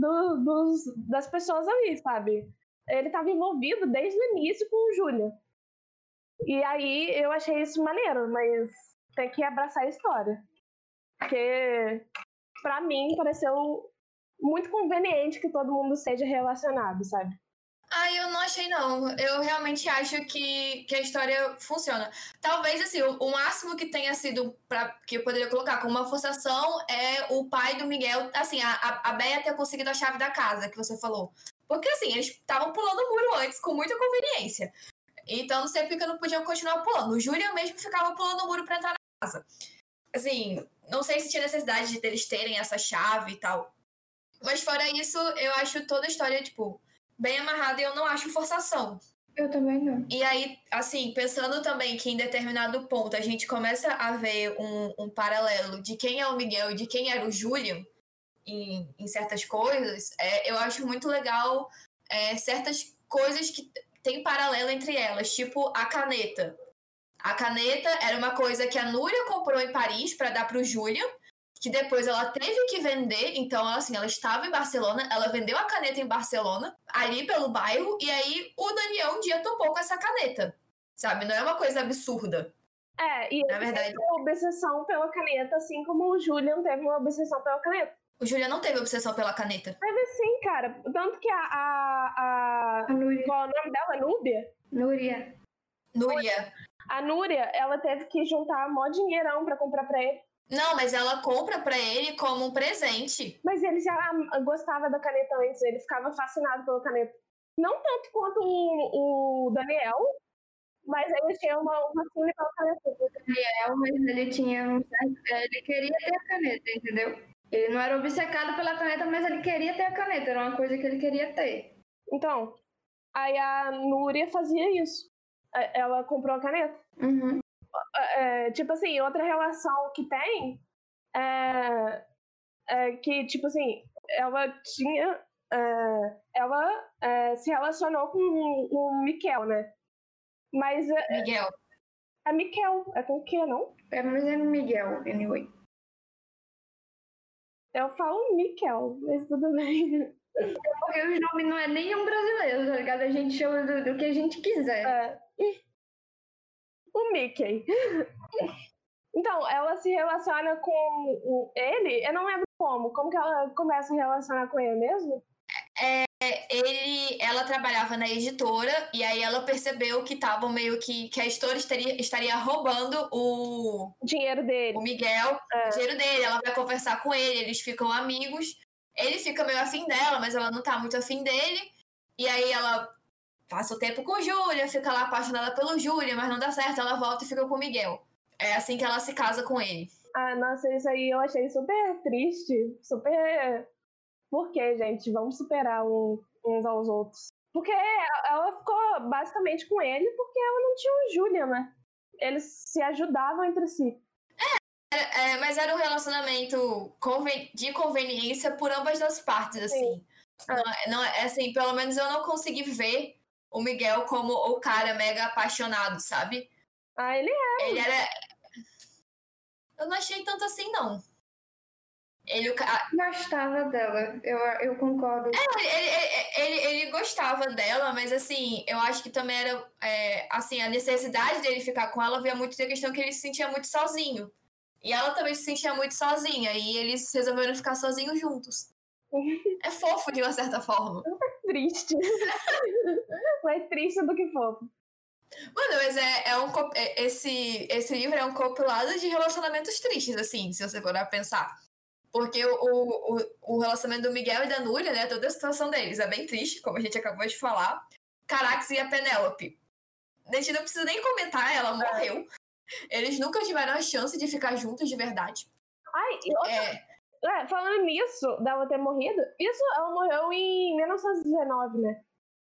das pessoas ali, sabe? Ele estava envolvido desde o início com o Julian. E aí eu achei isso maneiro, mas tem que abraçar a história. Porque, pra mim, pareceu muito conveniente que todo mundo seja relacionado, sabe? Eu não achei, não. Eu realmente acho que a história funciona. Talvez, assim, o máximo que tenha sido que eu poderia colocar como uma forçação é o pai do Miguel, assim, a Béia ter conseguido a chave da casa, que você falou. Porque, assim, eles estavam pulando o muro antes, com muita conveniência. Então, não sei porque não podiam continuar pulando. O Julian mesmo ficava pulando o muro pra entrar na casa. Assim, não sei se tinha necessidade de eles terem essa chave e tal. Mas fora isso, eu acho toda a história, tipo, bem amarrada e eu não acho forçação. Eu também não. E aí, assim, pensando também que em determinado ponto a gente começa a ver um paralelo de quem é o Miguel e de quem era o Julian em certas coisas, eu acho muito legal certas coisas que tem paralelo entre elas, tipo a caneta. A caneta era uma coisa que a Núria comprou em Paris para dar para o Julian, que depois ela teve que vender, então assim, ela estava em Barcelona, ela vendeu a caneta em Barcelona, ali pelo bairro, e aí o Daniel um dia topou com essa caneta, sabe? Não é uma coisa absurda. E na verdade, teve uma obsessão pela caneta, assim como o Julian teve uma obsessão pela caneta. O Julian não teve obsessão pela caneta. Teve sim, cara. Tanto que A Núria. Qual é o nome dela? Núbia? Núria. A Núria, ela teve que juntar mó dinheirão pra comprar pra ele. Não, mas ela compra pra ele como um presente. Mas ele já gostava da caneta antes, ele ficava fascinado pela caneta. Não tanto quanto o Daniel, mas ele tinha uma fascínio pela caneta. O Daniel, mas ele tinha ele queria ter a caneta, entendeu? Ele não era obcecado pela caneta, mas ele queria ter a caneta, era uma coisa que ele queria ter. Então, aí a Núria fazia isso. Ela comprou a caneta. Uhum. Tipo assim, outra relação que tem é que, tipo assim, ela tinha... ela se relacionou com o Miquel, né? Mas... Miguel. É Miquel. É com o quê, não? Mas é Miguel, anyway. Eu falo Miquel, mas tudo bem. Porque os nomes não é nenhum brasileiro, tá ligado? A gente chama do que a gente quiser. O Mickey. Então, ela se relaciona com ele, eu não lembro como. Como que ela começa a relacionar com ele mesmo? Ela trabalhava na editora e aí ela percebeu que estavam meio que a editora estaria roubando o dinheiro dele. O Miguel, o dinheiro dele. Ela vai conversar com ele, eles ficam amigos. Ele fica meio afim dela, mas ela não tá muito afim dele. E aí ela passa o tempo com o Julian, fica lá apaixonada pelo Julian, mas não dá certo, ela volta e fica com o Miguel. É assim que ela se casa com ele. Nossa, isso aí eu achei super triste, super... Por quê, gente? Vamos superar uns aos outros. Porque ela ficou basicamente com ele porque ela não tinha o Julian, né? Eles se ajudavam entre si. Mas era um relacionamento de conveniência por ambas as partes, assim. Não, assim, pelo menos eu não consegui ver o Miguel como o cara mega apaixonado, sabe? Ele era. Ele era... Eu não achei tanto assim, não. Ele gostava dela, eu concordo. Ele gostava dela, mas assim, eu acho que também era assim, a necessidade dele ficar com ela veio muito da questão que ele se sentia muito sozinho. E ela também se sentia muito sozinha, e eles resolveram ficar sozinhos juntos. É fofo de uma certa forma. Triste. Mais triste do que fofo. Mano, mas esse livro é um compilado de relacionamentos tristes, assim, se você for pensar. Porque o relacionamento do Miguel e da Núria, né, toda a situação deles é bem triste, como a gente acabou de falar. Carax e a Penélope. A gente não precisa nem comentar, ela morreu. Eles nunca tiveram a chance de ficar juntos de verdade. Ai, falando nisso, dela ter morrido, ela morreu em 1919, né?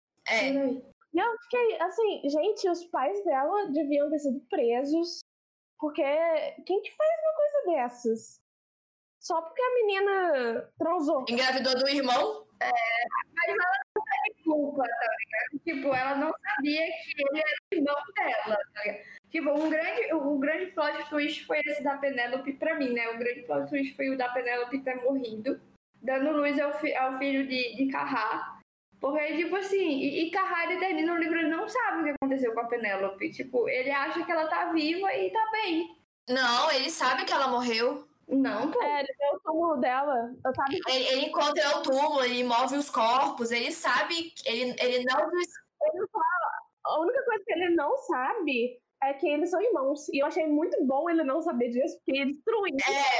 E eu fiquei assim, gente, os pais dela deviam ter sido presos, porque quem que faz uma coisa dessas? Só porque a menina transou. Engravidou do irmão? Mas ela não teve culpa, tá ligado? Tipo, ela não sabia que ele era o irmão dela, tá ligado? Tipo, o grande plot twist foi esse da Penélope pra mim, né? O grande plot twist foi o da Penélope ter morrido, dando luz ao filho de Carrá. Porque, tipo assim, e Carrá, ele termina o livro, ele não sabe o que aconteceu com a Penélope. Tipo, ele acha que ela tá viva e tá bem. Não, ele sabe que ela morreu. Não, pô. Ele vê o túmulo dela, sabe? Ele encontra o túmulo, ele move os corpos, ele sabe, ele não... Ele não fala. A única coisa que ele não sabe é que eles são irmãos. E eu achei muito bom ele não saber disso, porque ele destruía.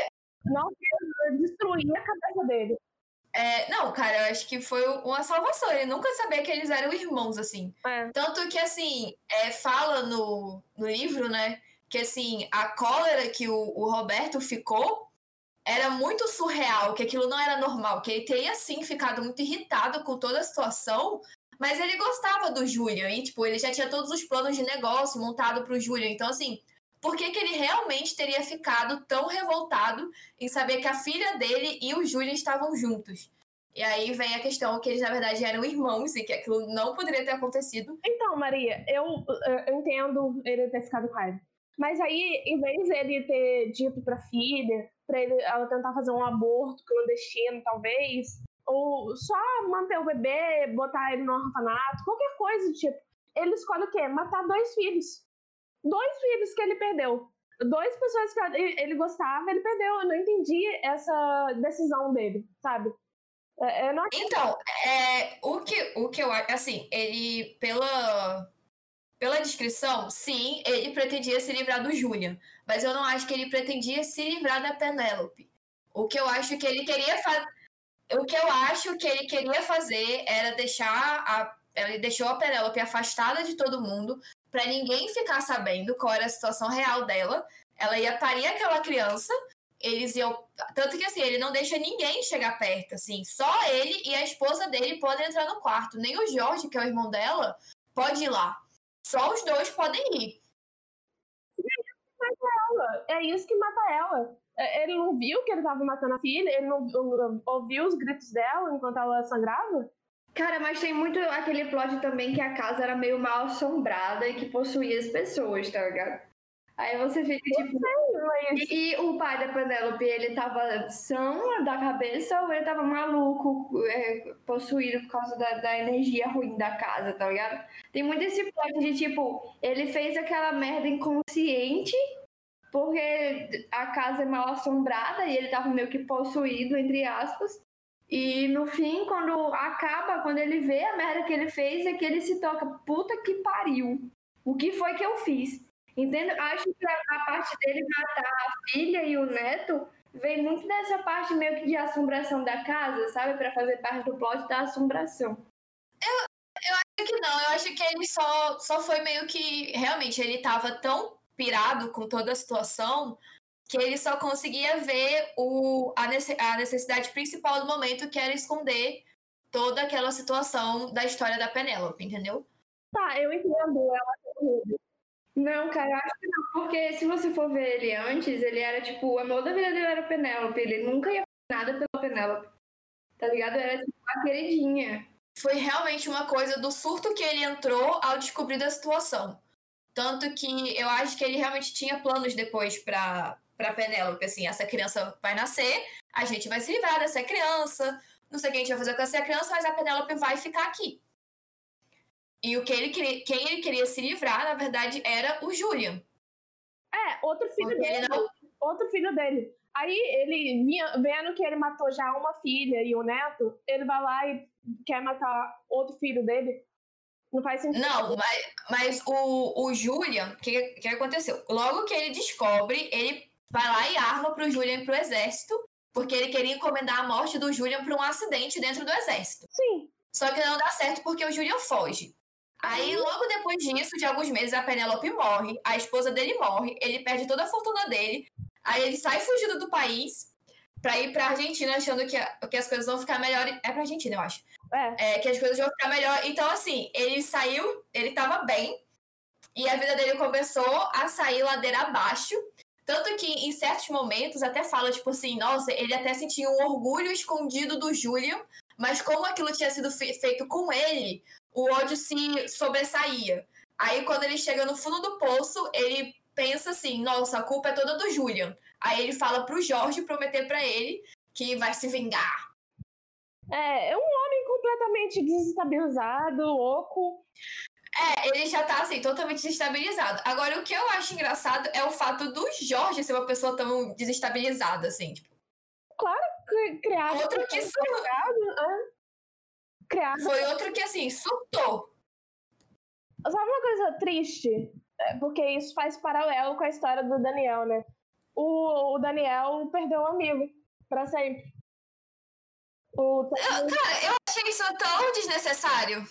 Destruía a cabeça dele. Não, cara, eu acho que foi uma salvação. Ele nunca sabia que eles eram irmãos, assim. Tanto que, assim, fala no livro, né, que, assim, a cólera que o Roberto ficou era muito surreal, que aquilo não era normal, que ele teria, sim, ficado muito irritado com toda a situação, mas ele gostava do Julian, e, tipo, ele já tinha todos os planos de negócio montado pro Julian. Então, assim, por que ele realmente teria ficado tão revoltado em saber que a filha dele e o Julian estavam juntos? E aí vem a questão que eles, na verdade, eram irmãos e que aquilo não poderia ter acontecido. Então, Maria, eu entendo ele ter ficado com raiva. Mas aí, em vez de ele ter dito pra filha, ela tentar fazer um aborto clandestino, talvez, ou só manter o bebê, botar ele no orfanato, qualquer coisa do tipo, ele escolhe o quê? Matar 2 filhos. 2 filhos que ele perdeu. 2 pessoas que ele gostava, ele perdeu. Eu não entendi essa decisão dele, sabe? Então, o que eu acho, assim, ele, pela descrição, sim, ele pretendia se livrar do Julian, mas eu não acho que ele pretendia se livrar da Penélope. O que eu acho que ele queria fazer era ele deixou a Penélope afastada de todo mundo, para ninguém ficar sabendo qual era a situação real dela. Ela ia parir aquela criança, eles iam... Tanto que, assim, ele não deixa ninguém chegar perto, assim. Só ele e a esposa dele podem entrar no quarto. Nem o Jorge, que é o irmão dela, pode ir lá. Só os 2 podem ir. É isso que mata ela. Ele não viu que ele tava matando a filha? Ele não ouviu os gritos dela enquanto ela sangrava? Cara, mas tem muito aquele plot também que a casa era meio mal assombrada e que possuía as pessoas, tá ligado? Aí você fica tipo... E o pai da Penélope, ele tava são da cabeça ou ele tava maluco, possuído por causa da energia ruim da casa, tá ligado? Tem muito esse plot de tipo, ele fez aquela merda inconsciente porque a casa é mal assombrada e ele tava meio que possuído, entre aspas. E no fim, quando ele vê a merda que ele fez, é que ele se toca, puta que pariu. O que foi que eu fiz? Entendo? Acho que a parte dele matar a filha e o neto vem muito dessa parte meio que de assombração da casa, sabe? Pra fazer parte do plot da assombração. Eu acho que não. Eu acho que ele só foi meio que... Realmente, ele tava tão pirado com toda a situação que ele só conseguia ver a necessidade principal do momento, que era esconder toda aquela situação da história da Penélope, entendeu? Tá, eu entendo ela. Não, cara, eu acho que não, porque se você for ver ele antes, ele era tipo, o amor da vida dele era Penélope, ele nunca ia fazer nada pela Penélope, tá ligado? Era tipo a queridinha. Foi realmente uma coisa do surto que ele entrou ao descobrir da situação. Tanto que eu acho que ele realmente tinha planos depois pra Penélope, assim, essa criança vai nascer, a gente vai se livrar dessa criança, não sei o que a gente vai fazer com essa criança, mas a Penélope vai ficar aqui. E quem ele queria se livrar, na verdade, era o Julian. Outro filho dele. Outro filho dele. Aí ele, vendo que ele matou já uma filha e o neto, ele vai lá e quer matar outro filho dele. Não faz sentido. Não, mas o Julian, o que aconteceu? Logo que ele descobre, ele vai lá e arma pro Julian pro exército, porque ele queria encomendar a morte do Julian por um acidente dentro do exército. Sim. Só que não dá certo porque o Julian foge. Aí, logo depois disso, de alguns meses, a Penélope morre, a esposa dele morre, ele perde toda a fortuna dele, aí ele sai fugido do país pra ir pra Argentina, achando que as coisas vão ficar melhor. É pra Argentina, eu acho. Que as coisas vão ficar melhor. Então, assim, ele saiu, ele tava bem, e a vida dele começou a sair ladeira abaixo. Tanto que, em certos momentos, até fala, tipo assim, nossa, ele até sentia um orgulho escondido do Julian, mas como aquilo tinha sido feito com ele, o ódio se sobressaía. Aí, quando ele chega no fundo do poço, ele pensa assim, nossa, a culpa é toda do Julian. Aí ele fala pro Jorge prometer pra ele que vai se vingar. É um homem completamente desestabilizado, louco. Ele já tá, assim, totalmente desestabilizado. Agora, o que eu acho engraçado é o fato do Jorge ser uma pessoa tão desestabilizada, assim, tipo. Claro, criado. Outro que criado. Foi outro que, assim, surtou. Sabe uma coisa triste? Porque isso faz paralelo com a história do Daniel, né? O Daniel perdeu um amigo pra sempre. Cara, eu achei isso tão desnecessário.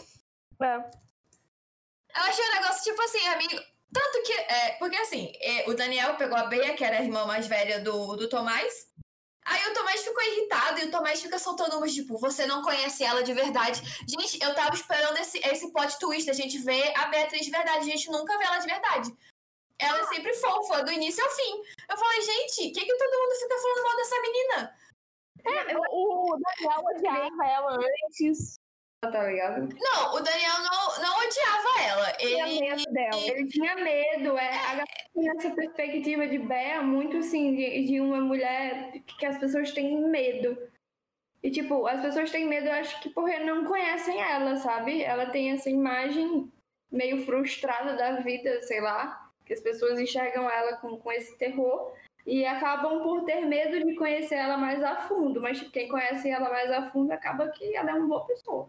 Eu achei um negócio, tipo assim, amigo... Tanto que... porque, assim, o Daniel pegou a Bea, que era a irmã mais velha do Tomás. Aí o Tomás ficou irritado e o Tomás fica soltando umas, tipo, você não conhece ela de verdade. Gente, eu tava esperando esse plot twist, a gente vê a Beatriz de verdade, a gente nunca vê ela de verdade. Ela é sempre fofa, do início ao fim. Eu falei, gente, o que todo mundo fica falando mal dessa menina? O Daniel odiava ela antes. Tá ligado? Não, o Daniel não odiava ela. Ele tinha medo. A essa perspectiva de Bea, muito assim, de uma mulher que as pessoas têm medo. E, tipo, as pessoas têm medo, eu acho que porque não conhecem ela, sabe? Ela tem essa imagem meio frustrada da vida, sei lá, que as pessoas enxergam ela com esse terror e acabam por ter medo de conhecer ela mais a fundo. Mas quem conhece ela mais a fundo acaba que ela é uma boa pessoa.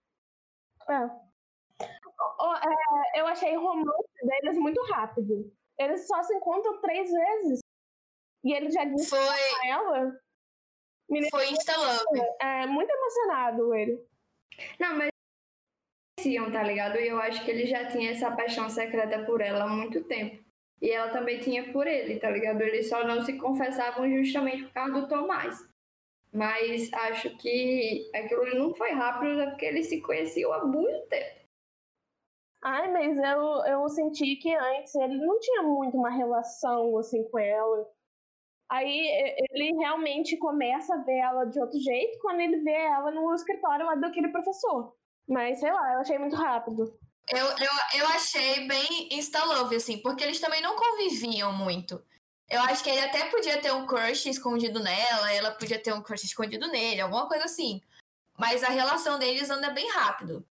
Eu achei o romance deles muito rápido. Eles só se encontram 3 vezes. E ele já disse pra ela. Foi Insta-Love. Muito emocionado ele. Não, mas tá ligado? E eu acho que ele já tinha essa paixão secreta por ela há muito tempo. E ela também tinha por ele, tá ligado? Eles só não se confessavam justamente por causa do Tomás. Mas acho que aquilo não foi rápido, porque eles se conheciam há muito tempo. Ai, mas eu senti que antes ele não tinha muito uma relação assim com ela. Aí ele realmente começa a ver ela de outro jeito quando ele vê ela no escritório lá daquele professor. Mas sei lá, eu achei muito rápido. Eu achei bem Insta-Love, assim, porque eles também não conviviam muito. Eu acho que ele até podia ter um crush escondido nela, ela podia ter um crush escondido nele, alguma coisa assim. Mas a relação deles anda bem rápido.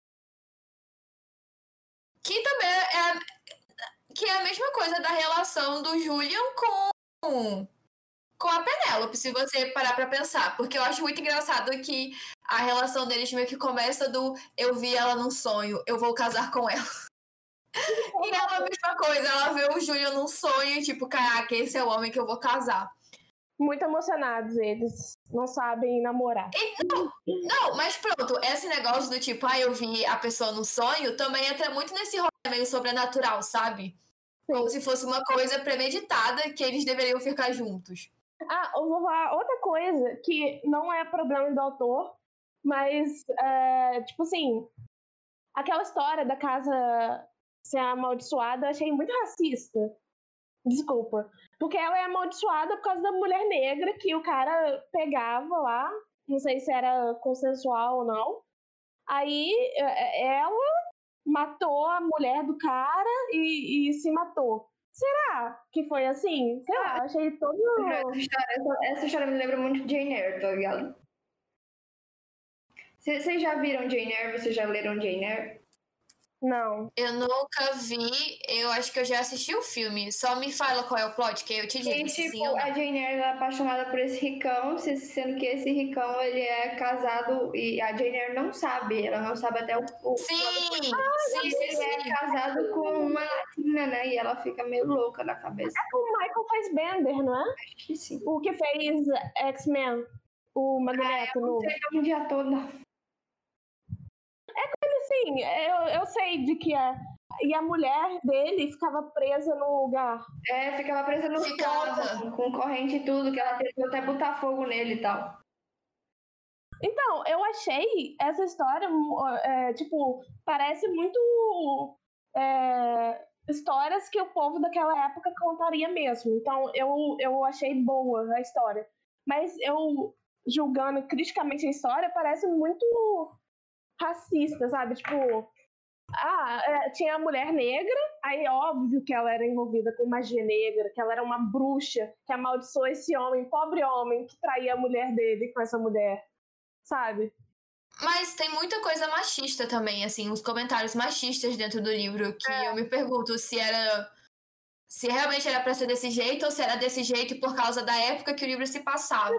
Que também é a mesma coisa da relação do Julian com a Penélope, se você parar pra pensar. Porque eu acho muito engraçado que a relação deles meio que começa do eu vi ela num sonho, eu vou casar com ela. E ela a mesma coisa, ela vê o Julian num sonho e tipo, caraca, esse é o homem que eu vou casar. Muito emocionados eles, não sabem namorar. Não, mas pronto, esse negócio do tipo, eu vi a pessoa no sonho, também entra muito nesse rolê meio sobrenatural, sabe? Como se fosse uma coisa premeditada que eles deveriam ficar juntos. Eu vou falar outra coisa que não é problema do autor, mas, tipo assim, aquela história da casa ser amaldiçoada eu achei muito racista. Desculpa. Porque ela é amaldiçoada por causa da mulher negra que o cara pegava lá, não sei se era consensual ou não. Aí ela matou a mulher do cara e se matou. Será que foi assim? Sei lá, achei todo... Essa história me lembra muito de Jane Eyre, tá ligado? Vocês já viram Jane Eyre? Vocês já leram Jane Eyre? Não. Eu nunca vi, eu acho que eu já assisti o filme. Só me fala qual é o plot, que eu te digo. E, tipo, a Jane Eyre é apaixonada por esse ricão, sendo que esse ricão, ele é casado e a Jane Eyre não sabe, ela não sabe até o... Sim! Ele é casado com uma latina, né? E ela fica meio louca na cabeça. O Michael Fassbender, não é? Acho que sim. O que fez X-Men, o Magneto. Eu não sei o dia todo, não. É com ele sim, Sim, eu sei de que é. E a mulher dele ficava presa no lugar. Ficava presa no Ficava. fogo, com corrente e tudo, que ela tentou até botar fogo nele e tal. Então, eu achei essa história, tipo, parece muito histórias que o povo daquela época contaria mesmo. Então, eu achei boa a história. Mas eu, julgando criticamente a história, parece muito racista, sabe? Tipo, tinha a mulher negra, aí óbvio que ela era envolvida com magia negra, que ela era uma bruxa, que amaldiçoou esse homem, pobre homem, que traía a mulher dele com essa mulher, sabe? Mas tem muita coisa machista também, assim, os comentários machistas dentro do livro, que eu me pergunto se realmente era pra ser desse jeito ou se era desse jeito por causa da época que o livro se passava.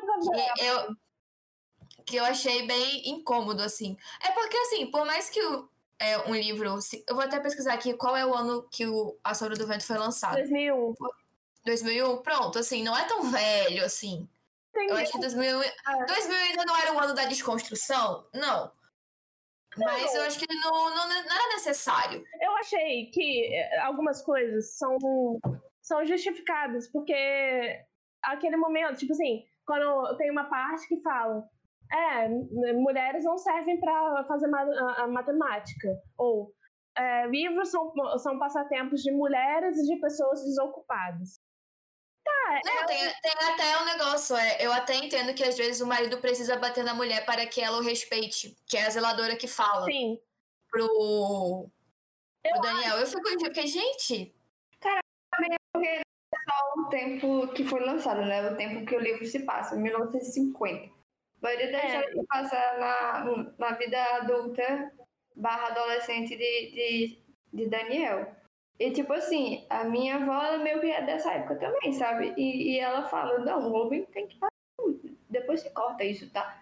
Que eu achei bem incômodo, assim. É porque, assim, por mais que um livro... Eu vou até pesquisar aqui qual é o ano que A Sombra do Vento foi lançado. 2001. 2001? Pronto, assim, não é tão velho, assim. Entendi. Eu acho que 2000 ainda não era o ano da desconstrução, não. Mas eu acho que não era necessário. Eu achei que algumas coisas são justificadas, porque aquele momento, tipo assim, quando tem uma parte que fala mulheres não servem para fazer a matemática, ou livros são passatempos de mulheres e de pessoas desocupadas. Não, tem até um negócio, eu até entendo que às vezes o marido precisa bater na mulher para que ela o respeite, que é a zeladora que fala. Sim. Pro Daniel. Eu fiquei, gente... Cara, porque é só o tempo que foi lançado, né? O tempo que o livro se passa, 1950. A maioria da história se passa na vida adulta / adolescente de Daniel. E, tipo assim, a minha avó, ela meio que é dessa época também, sabe? E ela fala, não, o homem tem que fazer tudo. Depois você corta isso, tá?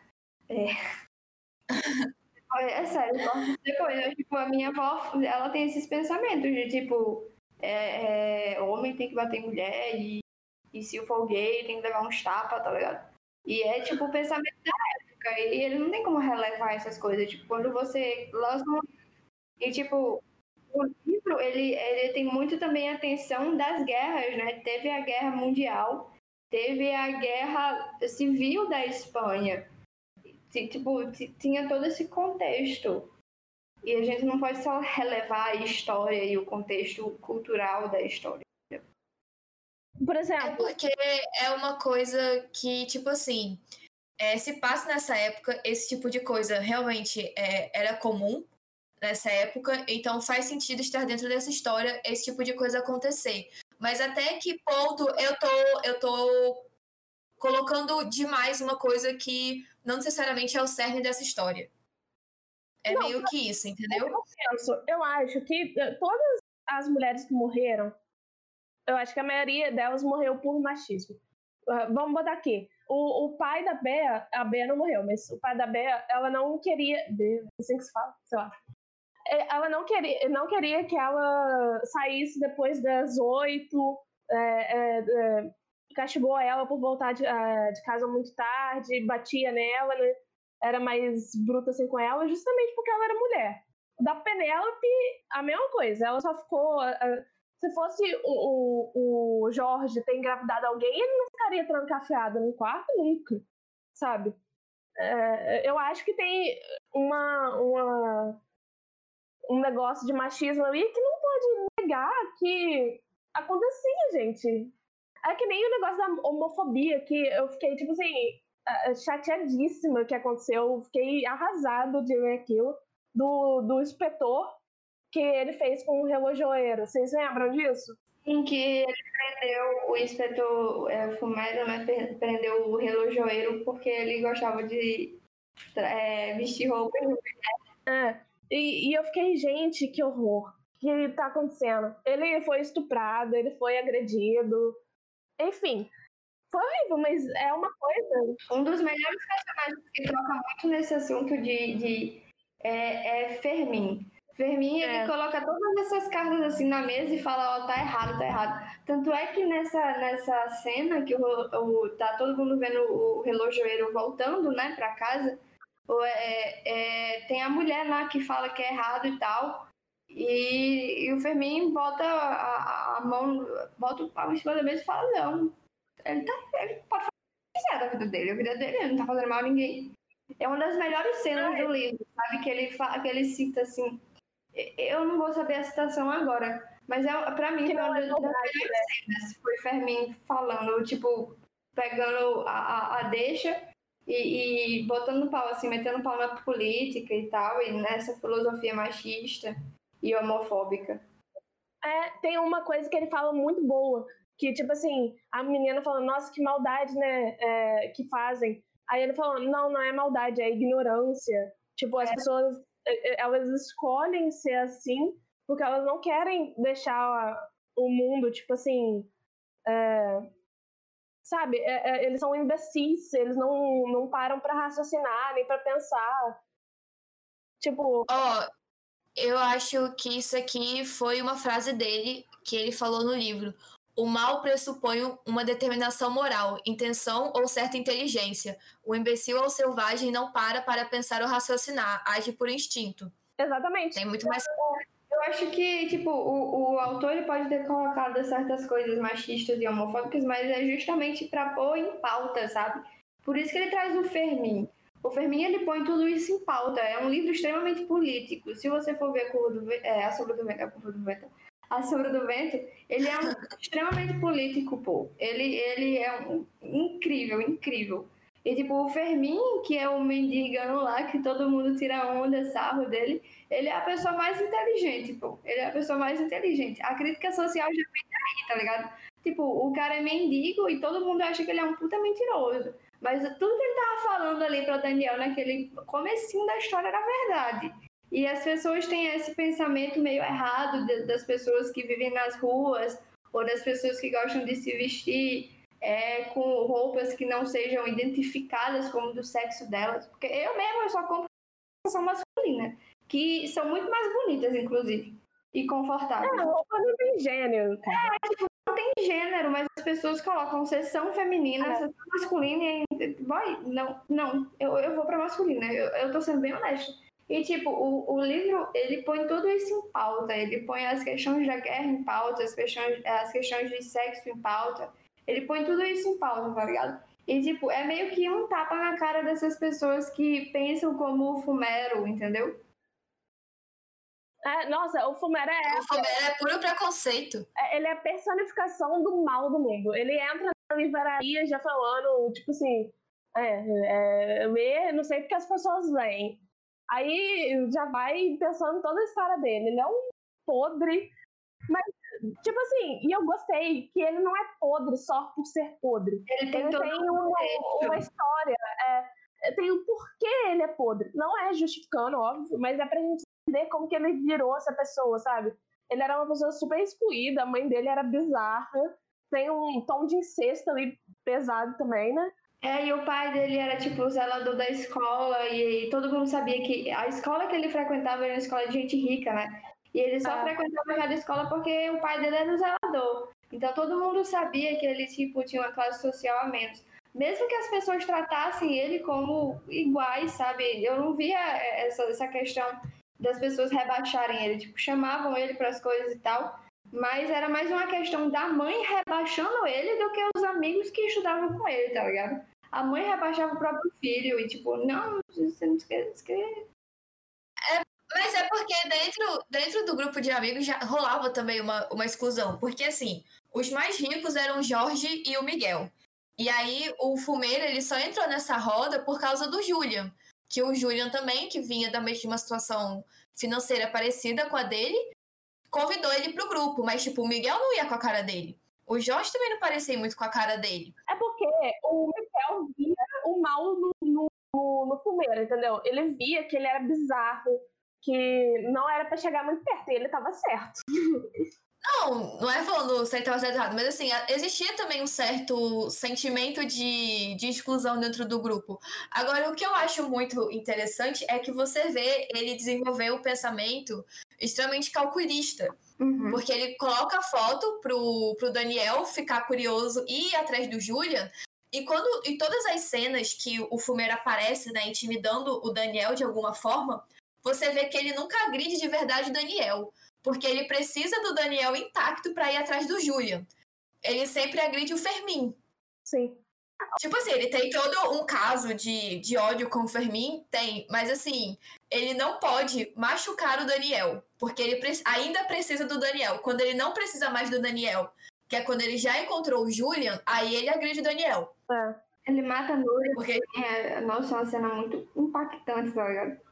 É sério, corta depois. Tipo, a minha avó, ela tem esses pensamentos de, tipo, o homem tem que bater em mulher e se for gay, tem que levar uns tapas, tá ligado? E é, tipo, o pensamento da época. E ele não tem como relevar essas coisas. Tipo, quando você lança um... E, tipo... O livro, ele tem muito também a atenção das guerras, né? Teve a Guerra Mundial, teve a Guerra Civil da Espanha. Tipo, tinha todo esse contexto. E a gente não pode só relevar a história e o contexto cultural da história. Por exemplo... É porque é uma coisa que, tipo assim, se passa nessa época, esse tipo de coisa realmente era comum nessa época, então faz sentido estar dentro dessa história, esse tipo de coisa acontecer. Mas até que ponto eu tô colocando demais uma coisa que não necessariamente é o cerne dessa história. Meio que isso, entendeu? Eu acho que todas as mulheres que morreram, eu acho que a maioria delas morreu por machismo. Vamos botar aqui. O pai da Bea, a Bea não morreu, mas o pai da Bea, ela não queria... Assim que se fala? Sei lá. Ela não queria que ela saísse depois das 8, castigou ela por voltar de casa muito tarde, batia nela, né? Era mais bruta assim com ela, justamente porque ela era mulher. Da Penélope, a mesma coisa, ela só ficou... se fosse o Jorge ter engravidado alguém, ele não ficaria trancafiado no quarto nunca, sabe? Eu acho que tem um negócio de machismo ali que não pode negar que acontecia, gente. É que nem o negócio da homofobia, que eu fiquei, tipo assim, chateadíssima que aconteceu. Eu fiquei arrasado de ver aquilo. Do inspetor que ele fez com o relojoeiro. Vocês lembram disso? Em que ele prendeu o inspetor Fumero, né? Prendeu o relojoeiro porque ele gostava de vestir roupa de mulher. E eu fiquei, gente, que horror. O que tá acontecendo? Ele foi estuprado, ele foi agredido. Enfim, foi horrível, mas é uma coisa... Um dos melhores personagens que toca muito nesse assunto é Fermin. Fermin, ele coloca todas essas cartas assim na mesa e fala, tá errado, tá errado. Tanto é que nessa cena que tá todo mundo vendo o relojoeiro voltando, né, pra casa, Tem a mulher lá que fala que é errado e tal, e o Fermin bota a mão, bota o pau em cima da mesa e fala, não, ele pode fazer o que quiser da vida dele, a vida dele, ele não tá fazendo mal a ninguém. É uma das melhores cenas do livro, sabe, que ele cita assim, eu não vou saber a citação agora, mas pra mim foi uma das melhores cenas, foi Fermin falando, tipo, pegando a deixa e botando pau, assim, metendo pau na política e tal, e nessa filosofia machista e homofóbica. Tem uma coisa que ele fala muito boa, que, tipo assim, a menina falando, nossa, que maldade, né, que fazem. Aí ele falou, não é maldade, é ignorância. Tipo, as pessoas, elas escolhem ser assim porque elas não querem deixar o mundo, tipo assim, sabe? Eles são imbecis, eles não param pra raciocinar, nem pra pensar. Tipo... eu acho que isso aqui foi uma frase dele que ele falou no livro. O mal pressupõe uma determinação moral, intenção ou certa inteligência. O imbecil ou selvagem não para pensar ou raciocinar, age por instinto. Exatamente. Tem muito mais... Eu acho que, tipo, o autor ele pode ter colocado certas coisas machistas e homofóbicas, mas é justamente para pôr em pauta, sabe? Por isso que ele traz o Fermin. O Fermin, ele põe tudo isso em pauta. É um livro extremamente político. Se você for ver A Sombra do Vento, ele é extremamente político, pô. Ele é incrível. E, tipo, o Fermin, que é o mendigano lá, que todo mundo tira onda, sarro dele, ele é a pessoa mais inteligente, pô. Ele é a pessoa mais inteligente. A crítica social já vem daí, tá ligado? Tipo, o cara é mendigo e todo mundo acha que ele é um puta mentiroso. Mas tudo que ele tava falando ali pra Daniel naquele comecinho da história era verdade. E as pessoas têm esse pensamento meio errado das pessoas que vivem nas ruas ou das pessoas que gostam de se vestir com roupas que não sejam identificadas como do sexo delas. Porque eu só compro roupa masculina, que são muito mais bonitas, inclusive, e confortáveis. Roupa não tem gênero. Tipo, não tem gênero, mas as pessoas colocam sessão feminina, sessão masculina e... Boy, não, eu vou pra masculina, eu tô sendo bem honesta. E, tipo, o livro, ele põe tudo isso em pauta, ele põe as questões da guerra em pauta, as questões de sexo em pauta, ele põe tudo isso em pauta, tá ligado? E, tipo, é meio que um tapa na cara dessas pessoas que pensam como o Fumero, entendeu? Nossa, o Fumero é puro preconceito. Ele é a personificação do mal do mundo. Ele entra na livraria já falando, tipo assim, não sei porque as pessoas vêm. Aí já vai pensando toda a história dele. Ele é um podre, mas, tipo assim, e eu gostei que ele não é podre só por ser podre. Ele tem uma história, tem o porquê ele é podre. Não é justificando, óbvio, mas é pra gente entender como que ele virou essa pessoa, sabe? Ele era uma pessoa super excluída, a mãe dele era bizarra, tem um tom de incesto ali pesado também, né? E o pai dele era, tipo, o zelador da escola, e todo mundo sabia que a escola que ele frequentava era uma escola de gente rica, né? E ele só frequentava aquela escola porque o pai dele era o zelador. Então todo mundo sabia que ele, tipo, tinha uma classe social a menos. Mesmo que as pessoas tratassem ele como iguais, sabe? Eu não via essa questão das pessoas rebaixarem ele. Tipo, chamavam ele para as coisas e tal. Mas era mais uma questão da mãe rebaixando ele do que os amigos que estudavam com ele, tá ligado? A mãe rebaixava o próprio filho e, tipo, não, você não esquece. Mas é porque dentro do grupo de amigos já rolava também uma exclusão. Porque, assim, os mais ricos eram o Jorge e o Miguel. E aí, o Fumeiro, ele só entrou nessa roda por causa do Julian. Que o Julian também, que vinha da mesma situação financeira parecida com a dele, convidou ele pro grupo. Mas, tipo, o Miguel não ia com a cara dele. O Jorge também não parecia muito com a cara dele. É porque o Miguel via o mal no Fumeiro, entendeu? Ele via que ele era bizarro, que não era pra chegar muito perto, e ele tava certo. Não é falando se ele tava certo errado, mas assim, existia também um certo sentimento de exclusão dentro do grupo. Agora, o que eu acho muito interessante é que você vê ele desenvolver um pensamento extremamente calculista. Porque ele coloca a foto pro Daniel ficar curioso e ir atrás do Julian, E em todas as cenas que o Fumero aparece, né, intimidando o Daniel de alguma forma, você vê que ele nunca agride de verdade o Daniel, porque ele precisa do Daniel intacto para ir atrás do Julian. Ele sempre agride o Fermin. Sim. Tipo assim, ele tem todo um caso de ódio com o Fermin, tem, mas assim, ele não pode machucar o Daniel, porque ele ainda precisa do Daniel. Quando ele não precisa mais do Daniel, que é quando ele já encontrou o Julian, aí ele agride o Daniel. Ele mata a Núria, porque... nossa, é uma cena muito impactante, tá ligado?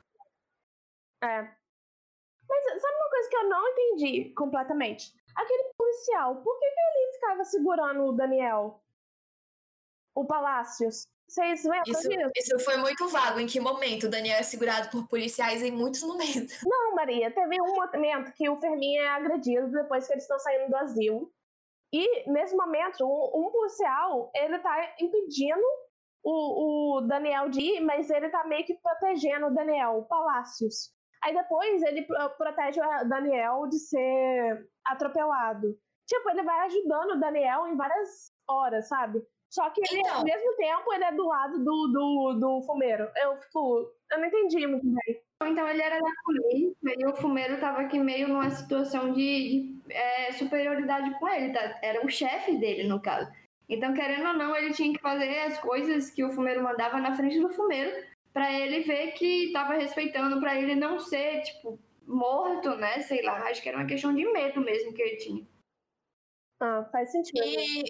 Mas sabe uma coisa que eu não entendi completamente? Aquele policial, por que ele ficava segurando o Daniel? O Palácios? Vocês lembram disso? Isso foi muito vago. Em que momento o Daniel é segurado por policiais? Em muitos momentos. Não, Maria, teve um momento que o Fermin é agredido depois que eles estão saindo do asilo. E, nesse momento, um policial, ele tá impedindo o Daniel de ir, mas ele tá meio que protegendo o Daniel, o Palácios. Aí depois ele protege o Daniel de ser atropelado. Tipo, ele vai ajudando o Daniel em várias horas, sabe? Só que ele, ao mesmo tempo, ele é do lado do Fumero. Eu não entendi muito bem. Então ele era da polícia e o Fumero tava aqui meio numa situação de superioridade com ele, tá? Era o chefe dele, no caso. Então, querendo ou não, ele tinha que fazer as coisas que o Fumero mandava na frente do Fumero pra ele ver que tava respeitando, pra ele não ser, tipo, morto, né? Sei lá, acho que era uma questão de medo mesmo que ele tinha. Faz sentido.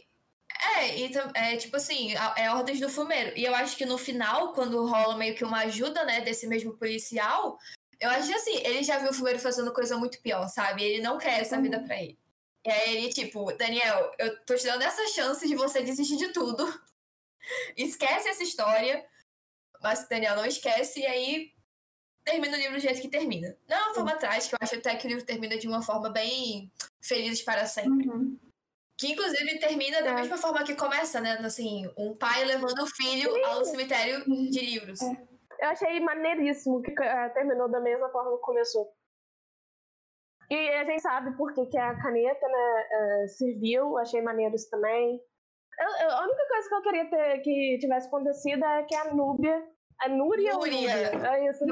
Tipo assim, é ordens do Fumero. E eu acho que no final, quando rola meio que uma ajuda, né, desse mesmo policial, eu acho que assim, ele já viu o Fumero fazendo coisa muito pior, sabe? Ele não quer essa vida pra ele. E aí ele, tipo, Daniel, eu tô te dando essa chance de você desistir de tudo. Esquece essa história. Mas o Daniel não esquece, e aí termina o livro do jeito que termina. Não é uma forma trágica, eu acho até que o livro termina de uma forma bem felizes para sempre. Que, inclusive, termina da mesma forma que começa, né? Assim, um pai levando o filho ao cemitério de livros. Eu achei maneiríssimo que terminou da mesma forma que começou. E a gente sabe por que a caneta, né, serviu. Achei maneiro isso também. A única coisa que eu queria que tivesse acontecido é que a Núria. A Núria. É isso,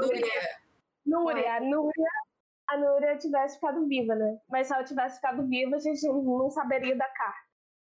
a Núria tivesse ficado viva, né? Mas se ela tivesse ficado viva, a gente não saberia da carta.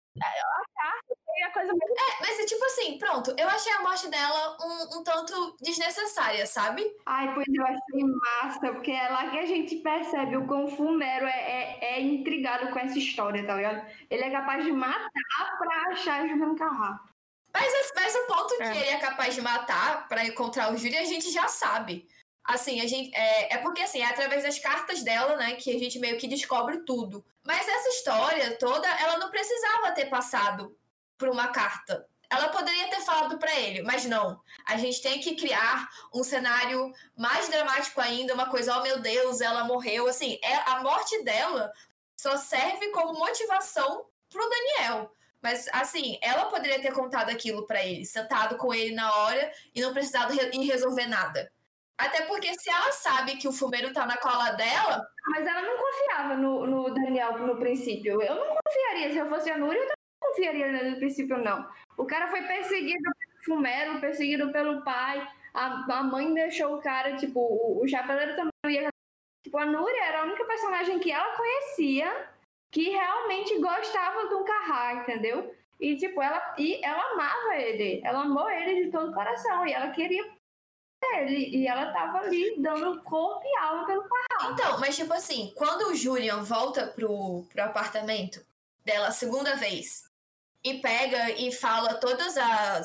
A carta é a coisa mais... Mas tipo assim, pronto, eu achei a morte dela um tanto desnecessária, sabe? Ai, pois eu achei massa, porque é lá que a gente percebe o quão Fumero é intrigado com essa história, tá ligado? Ele é capaz de matar pra achar Julian Carrá. Mas o ponto que ele é capaz de matar pra encontrar o Júlio, a gente já sabe. Assim, a gente, porque assim, é através das cartas dela, né, que a gente meio que descobre tudo. Mas essa história toda, ela não precisava ter passado por uma carta. Ela poderia ter falado pra ele, mas não. A gente tem que criar um cenário mais dramático ainda, uma coisa, oh meu Deus, ela morreu. Assim, a morte dela só serve como motivação pro Daniel. Mas, assim, ela poderia ter contado aquilo pra ele, sentado com ele na hora e não precisado ir resolver nada. Até porque se ela sabe que o Fumero tá na cola dela... Mas ela não confiava no Daniel no princípio. Eu não confiaria. Se eu fosse a Núria, eu não confiaria no princípio, não. O cara foi perseguido pelo Fumero, perseguido pelo pai. A mãe deixou o cara, tipo, o chapeleiro também ia... Tipo, a Núria era a única personagem que ela conhecia que realmente gostava do Carrá, entendeu? E, tipo, ela amava ele. Ela amou ele de todo o coração. E ela queria ele. E ela tava ali dando corpo e alma pelo Carrá. Então, mas, tipo assim, quando o Julian volta pro apartamento dela a segunda vez e pega e fala todas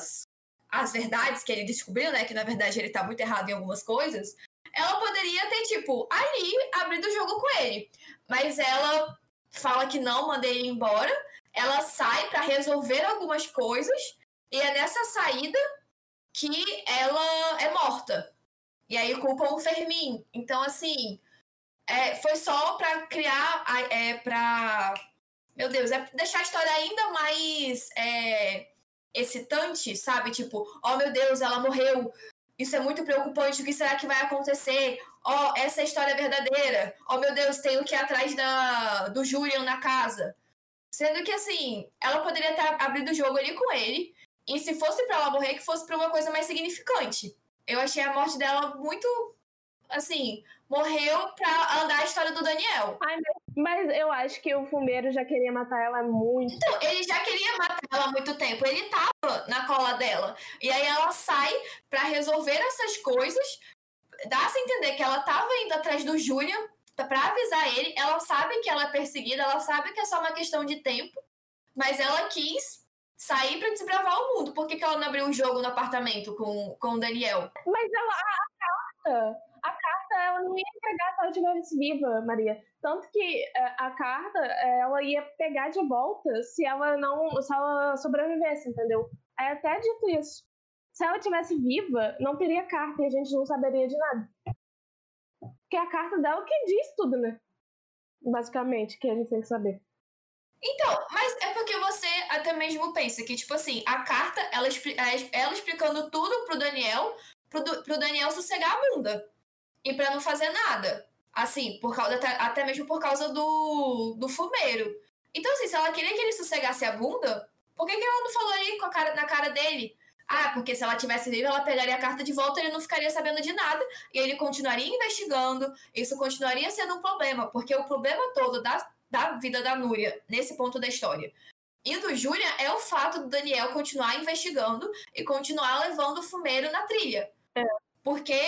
as verdades que ele descobriu, né? Que, na verdade, ele tá muito errado em algumas coisas. Ela poderia ter, tipo, ali, abrido o jogo com ele. Mas ela... fala que não, manda ele embora, ela sai pra resolver algumas coisas, e é nessa saída que ela é morta. E aí culpam o Fermin. Então, assim, foi só pra criar, meu Deus, deixar a história ainda mais excitante, sabe? Tipo, oh meu Deus, ela morreu, isso é muito preocupante, o que será que vai acontecer? Oh, essa é a história verdadeira. Oh, meu Deus, tenho que ir atrás do Julian na casa. Sendo que, assim, ela poderia ter abrido o jogo ali com ele E se fosse pra ela morrer, que fosse pra uma coisa mais significante. Eu achei a morte dela muito, assim, morreu pra andar a história do Daniel. Ai, mas eu acho que o fumeiro já queria matar ela muito. Então, ele já queria matar ela há muito tempo. Ele tava na cola dela. E aí ela sai pra resolver essas coisas. Dá-se a entender que ela tava indo atrás do Julian pra avisar ele. Ela sabe que ela é perseguida, ela sabe que é só uma questão de tempo. Mas ela quis sair pra desbravar o mundo. Por que ela não abriu um jogo no apartamento com o Daniel? Mas a carta, ela não ia entregar se ela estivesse viva, Maria. Tanto que a carta, ela ia pegar de volta se ela sobrevivesse, entendeu? É até dito isso. Se ela estivesse viva, não teria carta e a gente não saberia de nada. Porque a carta dela que diz tudo, né? Basicamente, que a gente tem que saber. Então, mas é porque você até mesmo pensa que, tipo assim, a carta, ela explicando tudo pro Daniel sossegar a bunda. E pra não fazer nada. Assim, até mesmo por causa do fumeiro. Então, assim, se ela queria que ele sossegasse a bunda, por que ela não falou aí na cara dele? Ah, porque se ela tivesse viva, ela pegaria a carta de volta e ele não ficaria sabendo de nada. E ele continuaria investigando. Isso continuaria sendo um problema. Porque o problema todo da vida da Núria, nesse ponto da história, e do Julian, é o fato do Daniel continuar investigando e continuar levando o fumeiro na trilha. Porque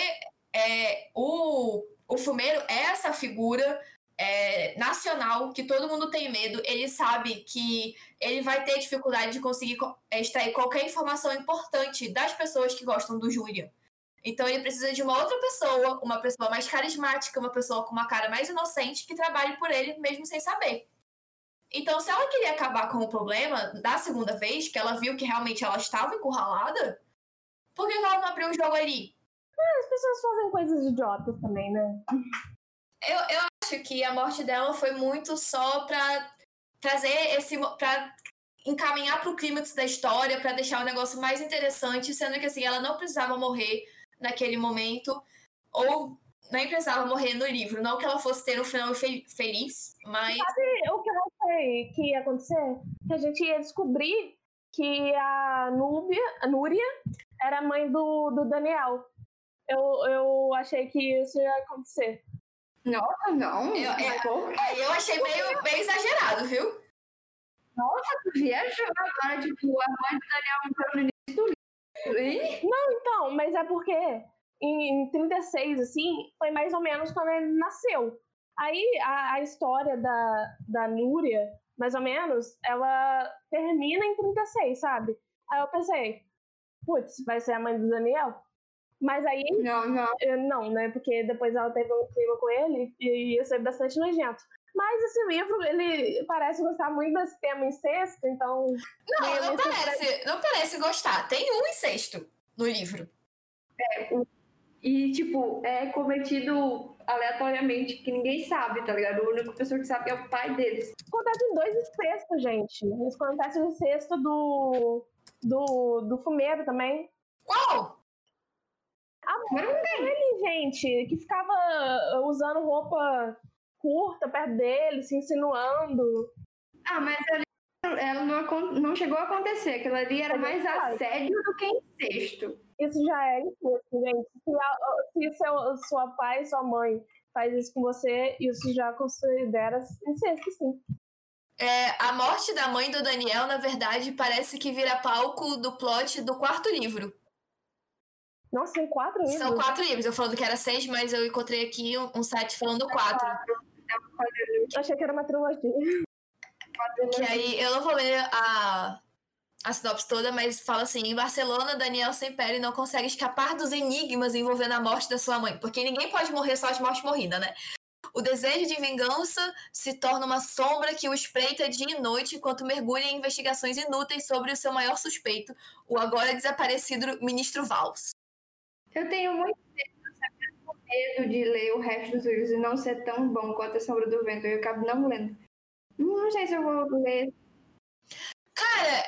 o fumeiro é essa figura nacional que todo mundo tem medo. Ele sabe que ele vai ter dificuldade de conseguir extrair qualquer informação importante das pessoas que gostam do Julian. Então ele precisa de uma outra pessoa, uma pessoa mais carismática, uma pessoa com uma cara mais inocente que trabalhe por ele mesmo sem saber. Então, se ela queria acabar com o problema da segunda vez, que ela viu que realmente ela estava encurralada, por que ela não abriu o jogo ali? As pessoas fazem coisas idiotas também, né? Eu acho que a morte dela foi muito só pra trazer pra encaminhar pro clímax da história, pra deixar o negócio mais interessante, sendo que assim, ela não precisava morrer naquele momento, ou nem precisava morrer no livro. Não que ela fosse ter um final feliz, mas... Sabe o que eu achei que ia acontecer? Que a gente ia descobrir que a Núria era a mãe do Daniel. Eu achei que isso ia acontecer. Nossa, não. Eu achei meio exagerado, viu? Nossa, tu viajou agora, tipo, a mãe do Daniel entrou no início do livro, hein? Não, então, mas é porque em 36, assim, foi mais ou menos quando ele nasceu. Aí a história da Núria, mais ou menos, ela termina em 36, sabe? Aí eu pensei, putz, vai ser a mãe do Daniel? Mas aí... Não, né? Porque depois ela teve um clima com ele e ia ser bastante nojento. Mas esse livro, ele parece gostar muito desse tema incesto, então... Não parece gostar. Tem um incesto no livro. E, tipo, é cometido aleatoriamente, que ninguém sabe, tá ligado? A única pessoa que sabe é o pai deles. Acontece 2 incestos, gente. Acontece o incesto do fumeiro também. Qual? Ele, gente, que ficava usando roupa curta perto dele, se insinuando. Ah, mas ela não chegou a acontecer. Aquilo ali era mais assédio do que incesto. Isso já é incesto, gente. Se sua pai e sua mãe faz isso com você, isso já considera incesto, sim. A morte da mãe do Daniel, na verdade, parece que vira palco do plot do 4º livro. Nossa, tem 4 livros? São 4 livros. Eu falando que era 6, mas eu encontrei aqui um site falando 4. Eu achei que era uma trilogia. Que aí, eu não vou ler a sinopse toda, mas fala assim: em Barcelona, Daniel Semperi não consegue escapar dos enigmas envolvendo a morte da sua mãe. Porque ninguém pode morrer só de morte morrida, né? O desejo de vingança se torna uma sombra que o espreita dia e noite enquanto mergulha em investigações inúteis sobre o seu maior suspeito, o agora desaparecido ministro Valls. Eu tenho muito medo de ler o resto dos livros e não ser tão bom quanto A Sombra do Vento. Eu acabo não lendo. Não sei se eu vou ler. Cara,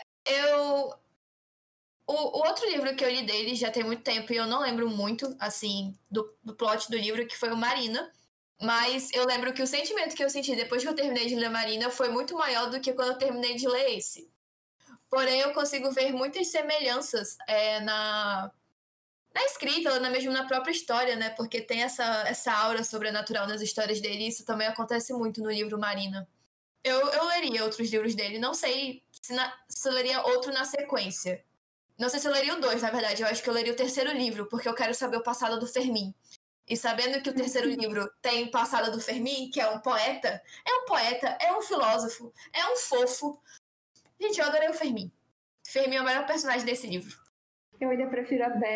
O outro livro que eu li dele já tem muito tempo e eu não lembro muito, assim, do plot do livro, que foi o Marina. Mas eu lembro que o sentimento que eu senti depois que eu terminei de ler Marina foi muito maior do que quando eu terminei de ler esse. Porém, eu consigo ver muitas semelhanças na escrita, ou mesmo na própria história, né? Porque tem essa aura sobrenatural nas histórias dele, e isso também acontece muito no livro Marina. Eu leria outros livros dele, não sei se eu leria outro na sequência. Não sei se eu leria o 2, na verdade. Eu acho que eu leria o terceiro livro, porque eu quero saber o passado do Fermin. E sabendo que o terceiro livro tem o passado do Fermin, que é um poeta, é um filósofo, é um fofo. Gente, eu adorei o Fermin. Fermin é o melhor personagem desse livro. Eu ainda prefiro a Bea.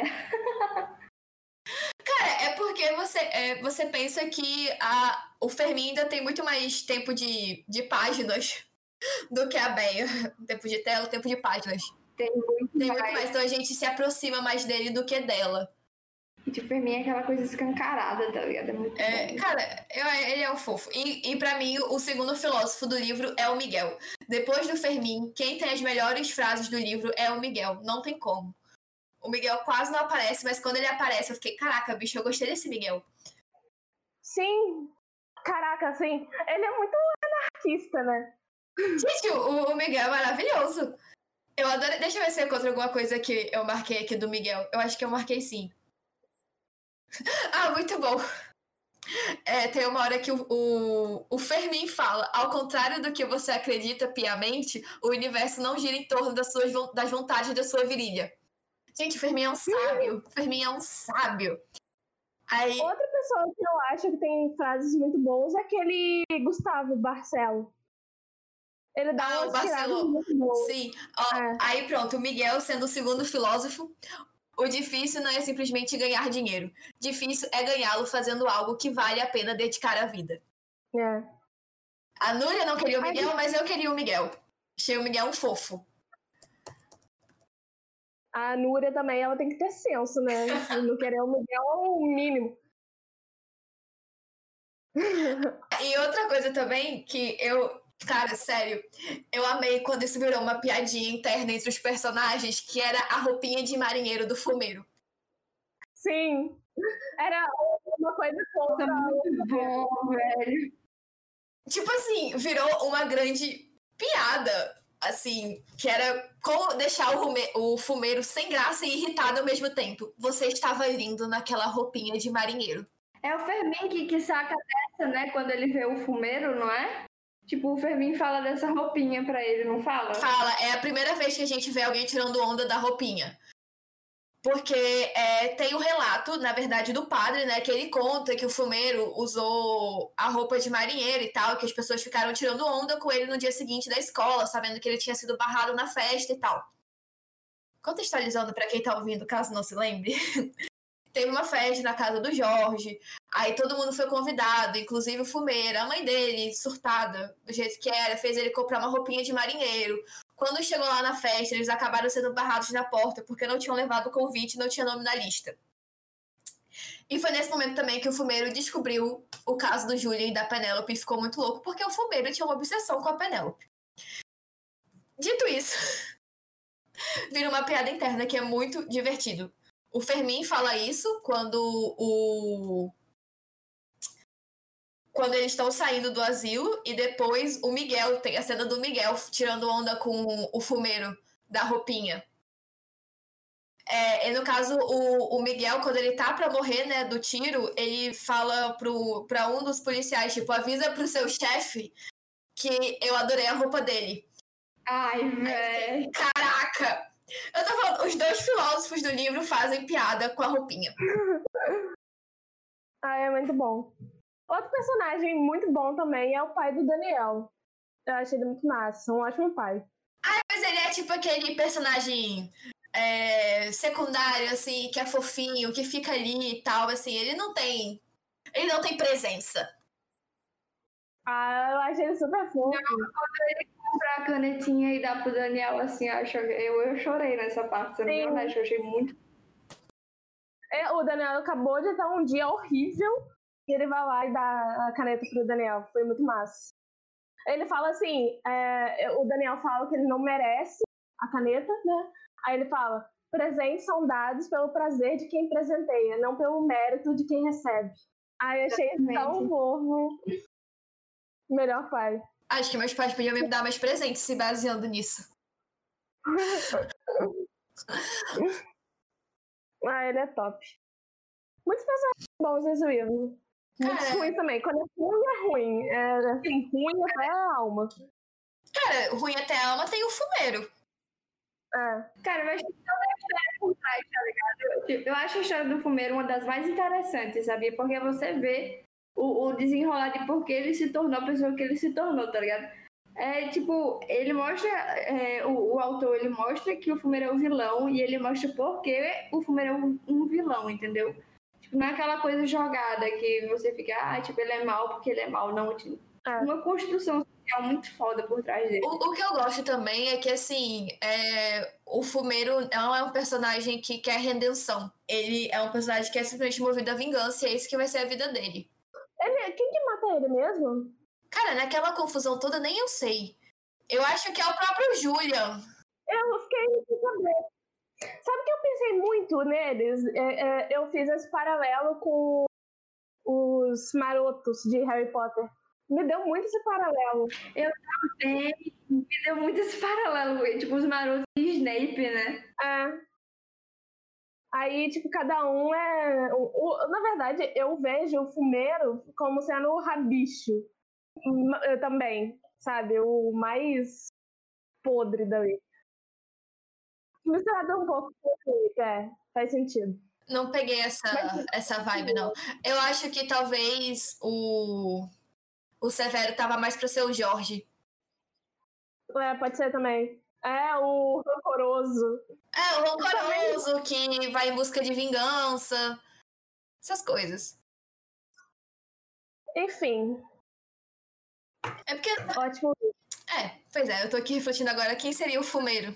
Cara, é porque você pensa que o Fermin ainda tem muito mais tempo de páginas do que a Bea. Tempo de tela, tempo de páginas. Tem muito mais. Então a gente se aproxima mais dele do que dela. E tipo, pra mim é aquela coisa escancarada, tá ligado? É muito bom. Cara, ele é um fofo. E pra mim, o segundo filósofo do livro é o Miguel. Depois do Fermin, quem tem as melhores frases do livro é o Miguel. Não tem como. O Miguel quase não aparece, mas quando ele aparece, eu fiquei, caraca, bicho, eu gostei desse Miguel. Sim. Caraca, assim, ele é muito anarquista, né? Gente, o Miguel é maravilhoso. Eu adoro. Deixa eu ver se eu encontro alguma coisa que eu marquei aqui do Miguel. Eu acho que eu marquei sim. Muito bom. Tem uma hora que o Fermin fala: ao contrário do que você acredita piamente, o universo não gira em torno das vontades da sua virilha. Gente, o Fermin é um sábio. O Fermin é um sábio. Aí... Outra pessoa que eu acho que tem frases muito boas é aquele Gustavo Barcelo. Ele dá umas tiradas muito boas. Sim. Aí pronto, o Miguel sendo o segundo filósofo. O difícil não é simplesmente ganhar dinheiro. Difícil é ganhá-lo fazendo algo que vale a pena dedicar a vida. A Núria não queria o Miguel, mas eu queria o Miguel. Achei o Miguel um fofo. A Núria também, ela tem que ter senso, né? Não querer o Miguel é o mínimo. E outra coisa também que cara, sério, eu amei quando isso virou uma piadinha interna entre os personagens, que era a roupinha de marinheiro do fumeiro. Sim, era uma coisa contra muito bom, velho. Tipo assim, virou uma grande piada, assim, que era como deixar o fumeiro sem graça e irritado ao mesmo tempo. Você estava lindo naquela roupinha de marinheiro. É o Fermin que saca dessa, né, quando ele vê o fumeiro, não é? Tipo, o Fermin fala dessa roupinha pra ele, não fala? Fala, é a primeira vez que a gente vê alguém tirando onda da roupinha. Porque tem o relato, na verdade, do padre, né, que ele conta que o fumeiro usou a roupa de marinheiro e tal, que as pessoas ficaram tirando onda com ele no dia seguinte da escola, sabendo que ele tinha sido barrado na festa e tal. Contextualizando pra quem tá ouvindo, caso não se lembre... Teve uma festa na casa do Jorge, aí todo mundo foi convidado, inclusive o fumeiro, a mãe dele, surtada do jeito que era, fez ele comprar uma roupinha de marinheiro. Quando chegou lá na festa, eles acabaram sendo barrados na porta, porque não tinham levado o convite e não tinha nome na lista. E foi nesse momento também que o fumeiro descobriu o caso do Julian e da Penélope e ficou muito louco, porque o fumeiro tinha uma obsessão com a Penélope. Dito isso, vira uma piada interna que é muito divertido. O Fermin fala isso quando eles estão saindo do asilo, e depois o Miguel, tem a cena do Miguel tirando onda com o fumeiro da roupinha. E no caso, o Miguel, quando ele tá pra morrer, né, do tiro, ele fala pra um dos policiais, tipo, avisa pro seu chefe que eu adorei a roupa dele. Ai, velho. Caraca! Eu tô falando, os dois filósofos do livro fazem piada com a roupinha. É muito bom. Outro personagem muito bom também é o pai do Daniel. Eu achei ele muito massa, um ótimo pai. Mas ele é tipo aquele personagem secundário, assim, que é fofinho, que fica ali e tal, assim, ele não tem presença. Eu achei ele super fofo. Quando ele compra a canetinha e dá pro Daniel, assim, eu chorei nessa parte, sendo bem honesta, eu achei muito... O Daniel acabou de estar um dia horrível e ele vai lá e dá a caneta pro Daniel. Foi muito massa. Ele fala assim, o Daniel fala que ele não merece a caneta, né? Aí ele fala, presentes são dados pelo prazer de quem presenteia, não pelo mérito de quem recebe. Eu achei tão fofo. Melhor pai. Acho que meus pais podiam me dar mais presentes se baseando nisso. Ele é top. Muitos personagens bons nesse livro. Muito ruim também. Quando é ruim, é assim, ruim até a alma. Cara, ruim até a alma tem o fumeiro. Cara, eu acho que toda a história por trás, tá ligado? Eu acho a história do fumeiro uma das mais interessantes, sabia? Porque você vê o desenrolar de por que ele se tornou a pessoa que ele se tornou, tá ligado? Tipo, ele mostra, o autor, ele mostra que o fumeiro é o vilão e ele mostra por que o fumeiro é um vilão, entendeu? Tipo, não é aquela coisa jogada que você fica, tipo, ele é mau porque ele é mau. Não, tipo, uma construção social muito foda por trás dele. O que eu gosto também é que, assim, o fumeiro não é um personagem que quer redenção. Ele é um personagem que é simplesmente movido à vingança e é isso que vai ser a vida dele. Quem que mata ele mesmo? Cara, naquela confusão toda, nem eu sei. Eu acho que é o próprio Julian. Eu fiquei sem saber. Sabe que eu pensei muito neles? Eu fiz esse paralelo com os marotos de Harry Potter. Me deu muito esse paralelo. Eu também. Me deu muito esse paralelo. Tipo, os marotos de Snape, né? Aí, tipo, cada um na verdade, eu vejo o fumeiro como sendo o rabicho. Eu também, sabe? O mais podre daí. Misturado um pouco com faz sentido. Não peguei essa vibe, não. Eu acho que talvez o Severo tava mais pra ser o Jorge. Pode ser também. O rancoroso. O rancoroso que vai em busca de vingança. Essas coisas. Enfim. É porque... Ótimo. Pois é, eu tô aqui refletindo agora quem seria o fumeiro.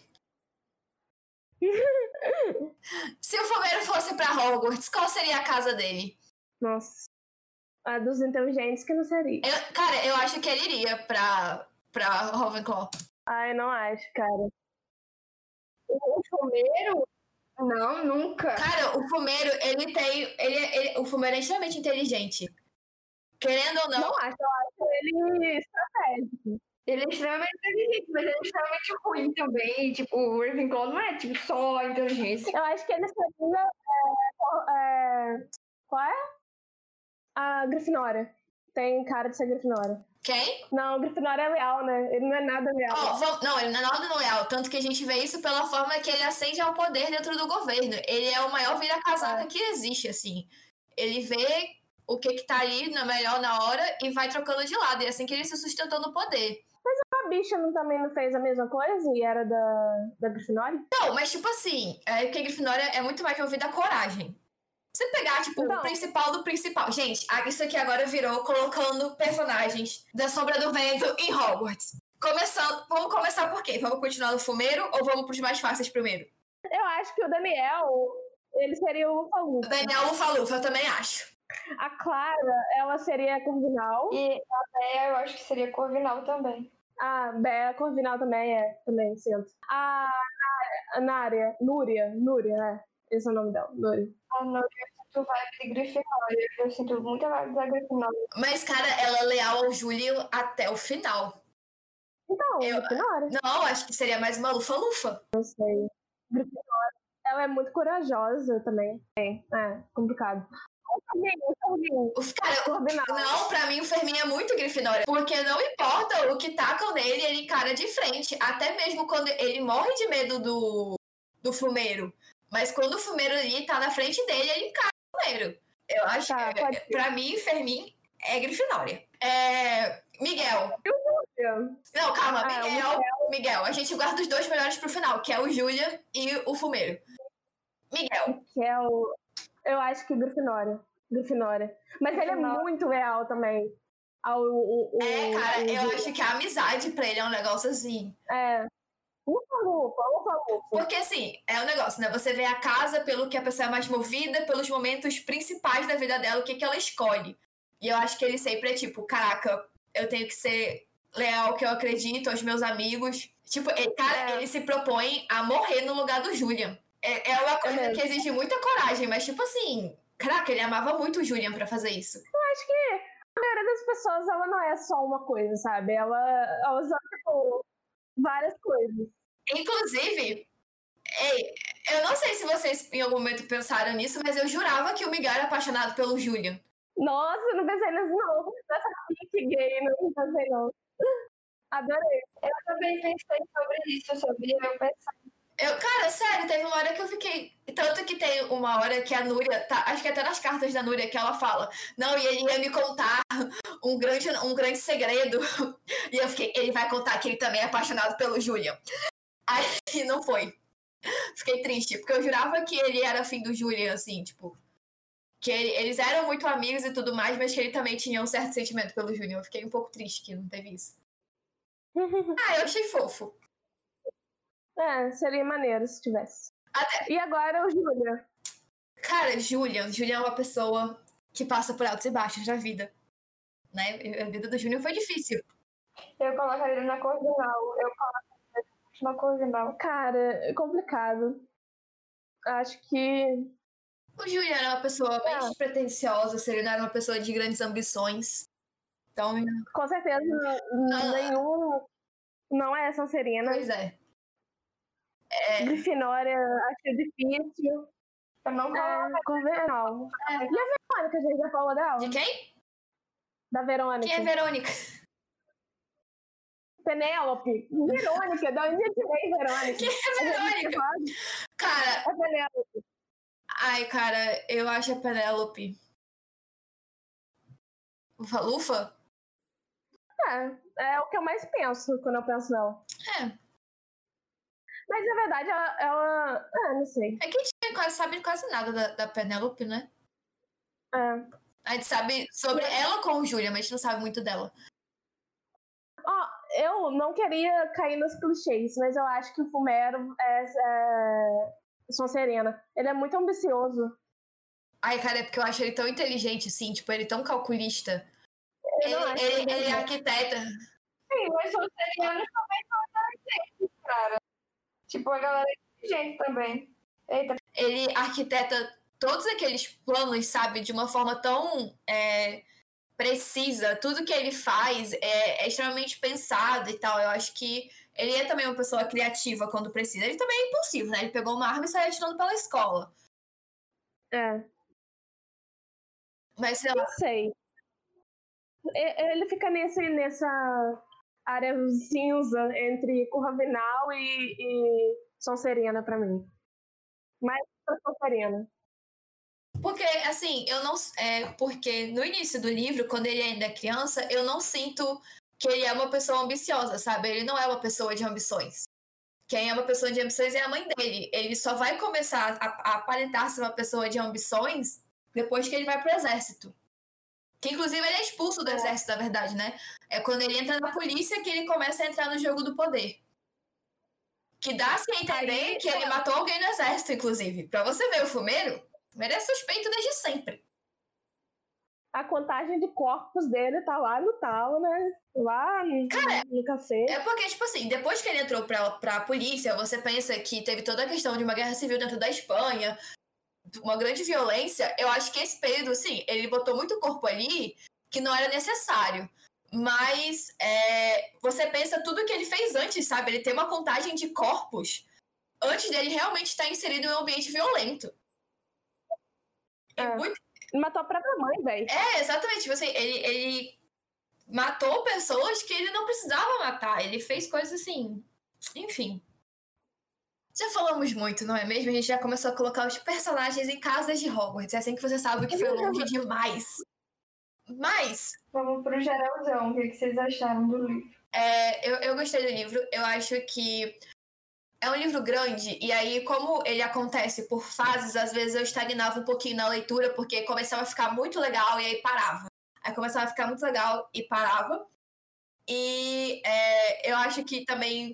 Se o fumeiro fosse pra Hogwarts, qual seria a casa dele? Nossa. A dos inteligentes que não seria. Cara, eu acho que ele iria pra Ravenclaw. Ai, não acho, cara. O fumeiro? Não, nunca. Cara, o fumeiro, o fumeiro é extremamente inteligente. Querendo ou não... Não acho, eu acho ele estratégico. Ele é extremamente inteligente, mas ele é extremamente ruim também. Tipo, o Ravenclaw não é tipo, só a inteligência. Eu acho que ele seria... qual é? A Grifinória. Tem cara de ser Grifinória. Quem? Não, o Grifinória é leal, né? Ele não é nada leal. Não, ele não é nada leal. Tanto que a gente vê isso pela forma que ele ascende ao poder dentro do governo. Ele é o maior vira-casaca que existe, assim. Ele vê o que tá ali melhor na hora e vai trocando de lado. E é assim que ele se sustentou no poder. Mas a bicha também não fez a mesma coisa e era da Grifinória? Não, mas tipo assim, que a Grifinória é muito mais movida a coragem. Você pegar, tipo, o principal do principal. Gente, isso aqui agora virou colocando personagens da Sombra do Vento em Hogwarts. Vamos começar por quê? Vamos continuar no fumeiro ou vamos pros mais fáceis primeiro? Eu acho que o Daniel, ele seria o Lufa-Lufa. O Daniel Lufa-Lufa, eu também acho. A Clara, ela seria a Corvinal. E a Bea, eu acho que seria Corvinal também. A Bea Corvinal também também sinto. A Núria, né? Esse é o nome dela, Núria. A Núria, eu sinto vibe de Grifinória. Eu sinto muita vibe da Grifinória. Mas, cara, ela é leal ao Júlio até o final. Então, Grifinória. Não, acho que seria mais uma Lufa-Lufa. Não sei. Grifinória. Ela é muito corajosa também. Complicado. Não, pra mim o Fermin é muito Grifinória. Porque não importa o que tacam nele, ele encara de frente. Até mesmo quando ele morre de medo do fumeiro. Mas quando o fumeiro ali tá na frente dele, ele encara o fumeiro. Eu acho que, pra mim, Fermin é Grifinória. Miguel. Não, calma. Miguel. A gente guarda os dois melhores pro final, que é o Julian e o fumeiro. Miguel. Eu acho que Grifinória. Mas ele é muito leal também. Cara, eu acho que a amizade pra ele é um negócio assim. Lufa-Lufa. Porque assim, é um negócio, né? Você vê a casa pelo que a pessoa é mais movida, pelos momentos principais da vida dela, o que ela escolhe. E eu acho que ele sempre é tipo, caraca, eu tenho que ser leal ao que eu acredito, aos meus amigos. Tipo, ele se propõe a morrer no lugar do Julian. É uma coisa que exige muita coragem, mas tipo assim, caraca, ele amava muito o Julian pra fazer isso. Eu acho que a maioria das pessoas, ela não é só uma coisa, sabe? Ela usa, tipo, várias coisas. Inclusive, eu não sei se vocês em algum momento pensaram nisso, mas eu jurava que o Miguel era apaixonado pelo Julian. Nossa, eu não pensei nisso, não. Nessa pique gay, não pensei, não. Adorei. Eu também pensei sobre isso, sabia? Eu pensei. Cara, sério, teve uma hora que eu fiquei. Tanto que tem uma hora que a Núria, acho que até nas cartas da Núria, que ela fala: não, e ele ia me contar um grande segredo. E eu fiquei: ele vai contar que ele também é apaixonado pelo Julian. Aí não foi. Fiquei triste, porque eu jurava que ele era afim do Julian, assim, tipo. Que eles eram muito amigos e tudo mais, mas que ele também tinha um certo sentimento pelo Julian. Eu fiquei um pouco triste que não teve isso. Eu achei fofo. Seria maneiro se tivesse. E agora o Julian. Cara, Julian é uma pessoa que passa por altos e baixos na vida. Né? A vida do Julian foi difícil. Eu colocaria ele na Cordinal. Na Cordinal. Cara, é complicado. Acho que... O Julian era uma pessoa bem despretensiosa, ele não era uma pessoa de grandes ambições. Então... Com certeza, nenhum... Não é Sonserina. Pois é. Grifinória, acho difícil. Eu não coloco. Corvinal. E a Verônica, a gente já falou dela? De quem? Da Verônica. Quem é Verônica? Penélope. Verônica, da onde que vem Verônica? Quem é Verônica? Cara... É Penélope. Ai, cara, eu acho a Penélope... Lufa? É o que eu mais penso quando eu penso nela. Mas, na verdade, ela... não sei. É que a gente sabe quase nada da Penélope, né? A gente sabe sobre ela com o Julian, mas a gente não sabe muito dela. Eu não queria cair nos clichês, mas eu acho que o Fumero é Sonserina. Ele é muito ambicioso. Ai, cara, é porque eu acho ele tão inteligente, assim, tipo, ele tão calculista. Ele é arquiteta. Sim, mas Sonserianos também são inteligentes, cara. Tipo, a galera é inteligente também. Eita. Ele arquiteta todos aqueles planos, sabe, de uma forma tão precisa. Tudo que ele faz é extremamente pensado e tal. Eu acho que ele é também uma pessoa criativa quando precisa. Ele também é impulsivo, né? Ele pegou uma arma e saiu atirando pela escola. Mas sei lá. Não sei. Ele fica nessa área cinza entre Corvinal e Sonserina pra mim. Mais pra Sonserina. Porque, assim, eu não... porque no início do livro, quando ele ainda é criança, eu não sinto que ele é uma pessoa ambiciosa, sabe? Ele não é uma pessoa de ambições. Quem é uma pessoa de ambições é a mãe dele. Ele só vai começar a aparentar ser uma pessoa de ambições depois que ele vai pro exército. Que, inclusive, ele é expulso do exército, na verdade, né? É quando ele entra na polícia que ele começa a entrar no jogo do poder. Que dá-se a entender que ele matou alguém no exército, inclusive. Pra você ver, o Fumeiro é suspeito desde sempre. A contagem de corpos dele tá lá no talo, né? Lá no cacete. É porque, tipo assim, depois que ele entrou pra polícia, você pensa que teve toda a questão de uma guerra civil dentro da Espanha, uma grande violência. Eu acho que esse período, assim, ele botou muito corpo ali que não era necessário. Mas você pensa tudo que ele fez antes, sabe? Ele tem uma contagem de corpos antes dele realmente estar inserido em um ambiente violento. Matou a própria mãe, velho. Exatamente. Tipo assim, ele matou pessoas que ele não precisava matar. Ele fez coisas assim... Enfim. Já falamos muito, não é mesmo? A gente já começou a colocar os personagens em casas de Hogwarts. É assim que você sabe que foi longe demais. Mas... Vamos pro geralzão. O que vocês acharam do livro? Eu gostei do livro. Eu acho que é um livro grande. E aí, como ele acontece por fases, às vezes eu estagnava um pouquinho na leitura, porque começava a ficar muito legal e aí parava. Aí começava a ficar muito legal e parava. E eu acho que também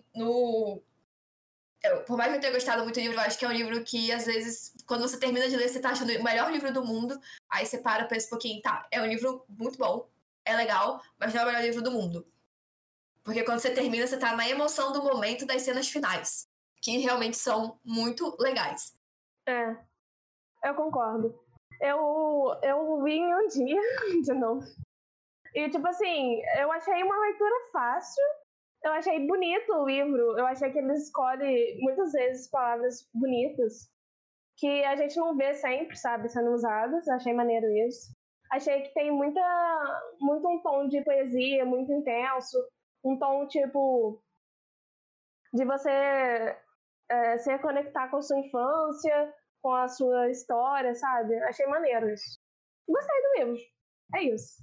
por mais que eu tenha gostado muito do livro, eu acho que é um livro que, às vezes, quando você termina de ler, você tá achando o melhor livro do mundo. Aí você pensa um pouquinho, é um livro muito bom, é legal, mas não é o melhor livro do mundo. Porque quando você termina, você tá na emoção do momento das cenas finais, que realmente são muito legais. Eu concordo. Eu vi em um dia de novo. E, tipo assim, eu achei uma leitura fácil. Eu achei bonito o livro. Eu achei que ele escolhe muitas vezes palavras bonitas que a gente não vê sempre, sabe, sendo usadas. Achei maneiro isso. Achei que tem muito um tom de poesia, muito intenso. Um tom, tipo, de você se reconectar com a sua infância, com a sua história, sabe? Achei maneiro isso. Gostei do livro. É isso.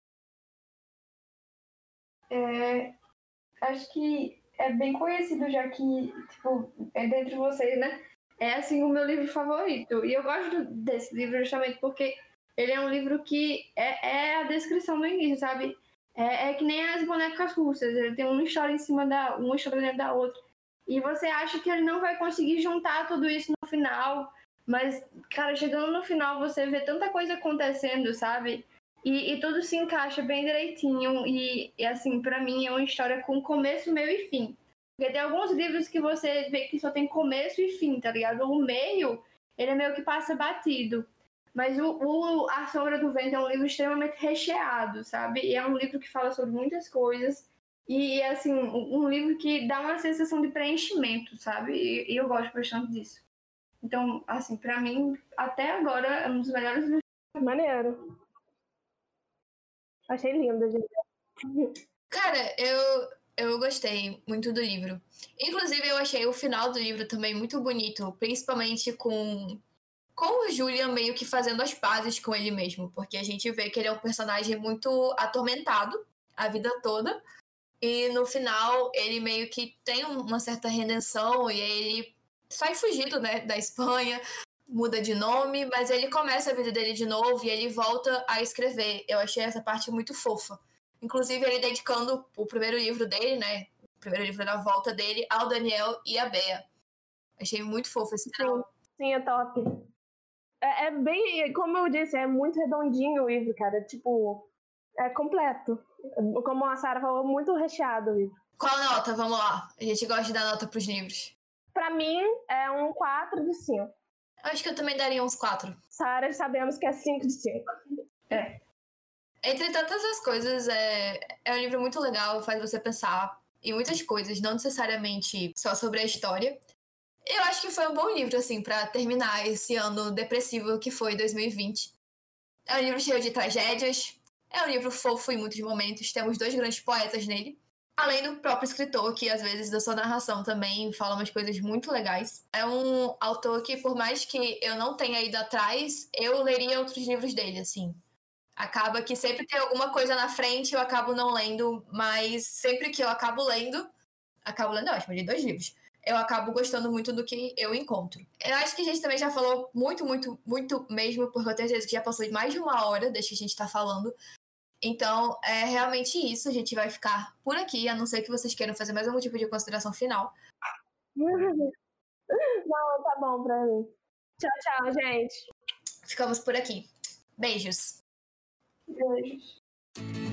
Acho que é bem conhecido já que, tipo, é dentre vocês, né? É, assim, o meu livro favorito. E eu gosto desse livro justamente porque ele é um livro que é a descrição do início, sabe? É que nem as bonecas russas. Ele tem uma história em cima uma história dentro da outra. E você acha que ele não vai conseguir juntar tudo isso no final. Mas, cara, chegando no final, você vê tanta coisa acontecendo, sabe? E tudo se encaixa bem direitinho. E assim, pra mim, é uma história com começo, meio e fim. Porque tem alguns livros que você vê que só tem começo e fim, tá ligado? O meio, ele é meio que passa batido. Mas A Sombra do Vento é um livro extremamente recheado, sabe? E é um livro que fala sobre muitas coisas. E assim, um livro que dá uma sensação de preenchimento, sabe? E eu gosto bastante disso. Então, assim, pra mim, até agora, é um dos melhores livros. Maneiro. Achei lindo, gente. Cara, eu gostei muito do livro. Inclusive, eu achei o final do livro também muito bonito, principalmente com o Julian meio que fazendo as pazes com ele mesmo, porque a gente vê que ele é um personagem muito atormentado a vida toda, e no final ele meio que tem uma certa redenção, e aí ele sai fugido, né, da Espanha, muda de nome, mas ele começa a vida dele de novo e ele volta a escrever. Eu achei essa parte muito fofa. Inclusive, ele dedicando o primeiro livro dele, né, o primeiro livro da volta dele, ao Daniel e a Bea. Achei muito fofo esse final. Sim, é top. É bem, como eu disse, é muito redondinho o livro, cara. Tipo, é completo. Como a Sarah falou, muito recheado o livro. Qual nota? Vamos lá. A gente gosta de dar nota pros livros. Pra mim, é um 4 de 5. Acho que eu também daria uns 4. Sarah, sabemos que é 5 de 5. Entre tantas as coisas, é um livro muito legal, faz você pensar em muitas coisas, não necessariamente só sobre a história. Eu acho que foi um bom livro, assim, pra terminar esse ano depressivo que foi 2020. É um livro cheio de tragédias, é um livro fofo em muitos momentos, temos 2 grandes poetas nele. Além do próprio escritor, que às vezes da sua narração também fala umas coisas muito legais. É um autor que, por mais que eu não tenha ido atrás, eu leria outros livros dele, assim. Acaba que sempre tem alguma coisa na frente, eu acabo não lendo, mas sempre que eu acabo lendo é ótimo, eu li 2 livros. Eu acabo gostando muito do que eu encontro. Eu acho que a gente também já falou muito, muito, muito mesmo, porque eu tenho certeza que já passou de mais de 1 hora desde que a gente tá falando. Então, é realmente isso. A gente vai ficar por aqui, a não ser que vocês queiram fazer mais algum tipo de consideração final. Não, tá bom pra mim. Tchau, tchau, gente. Ficamos por aqui. Beijos. Beijos.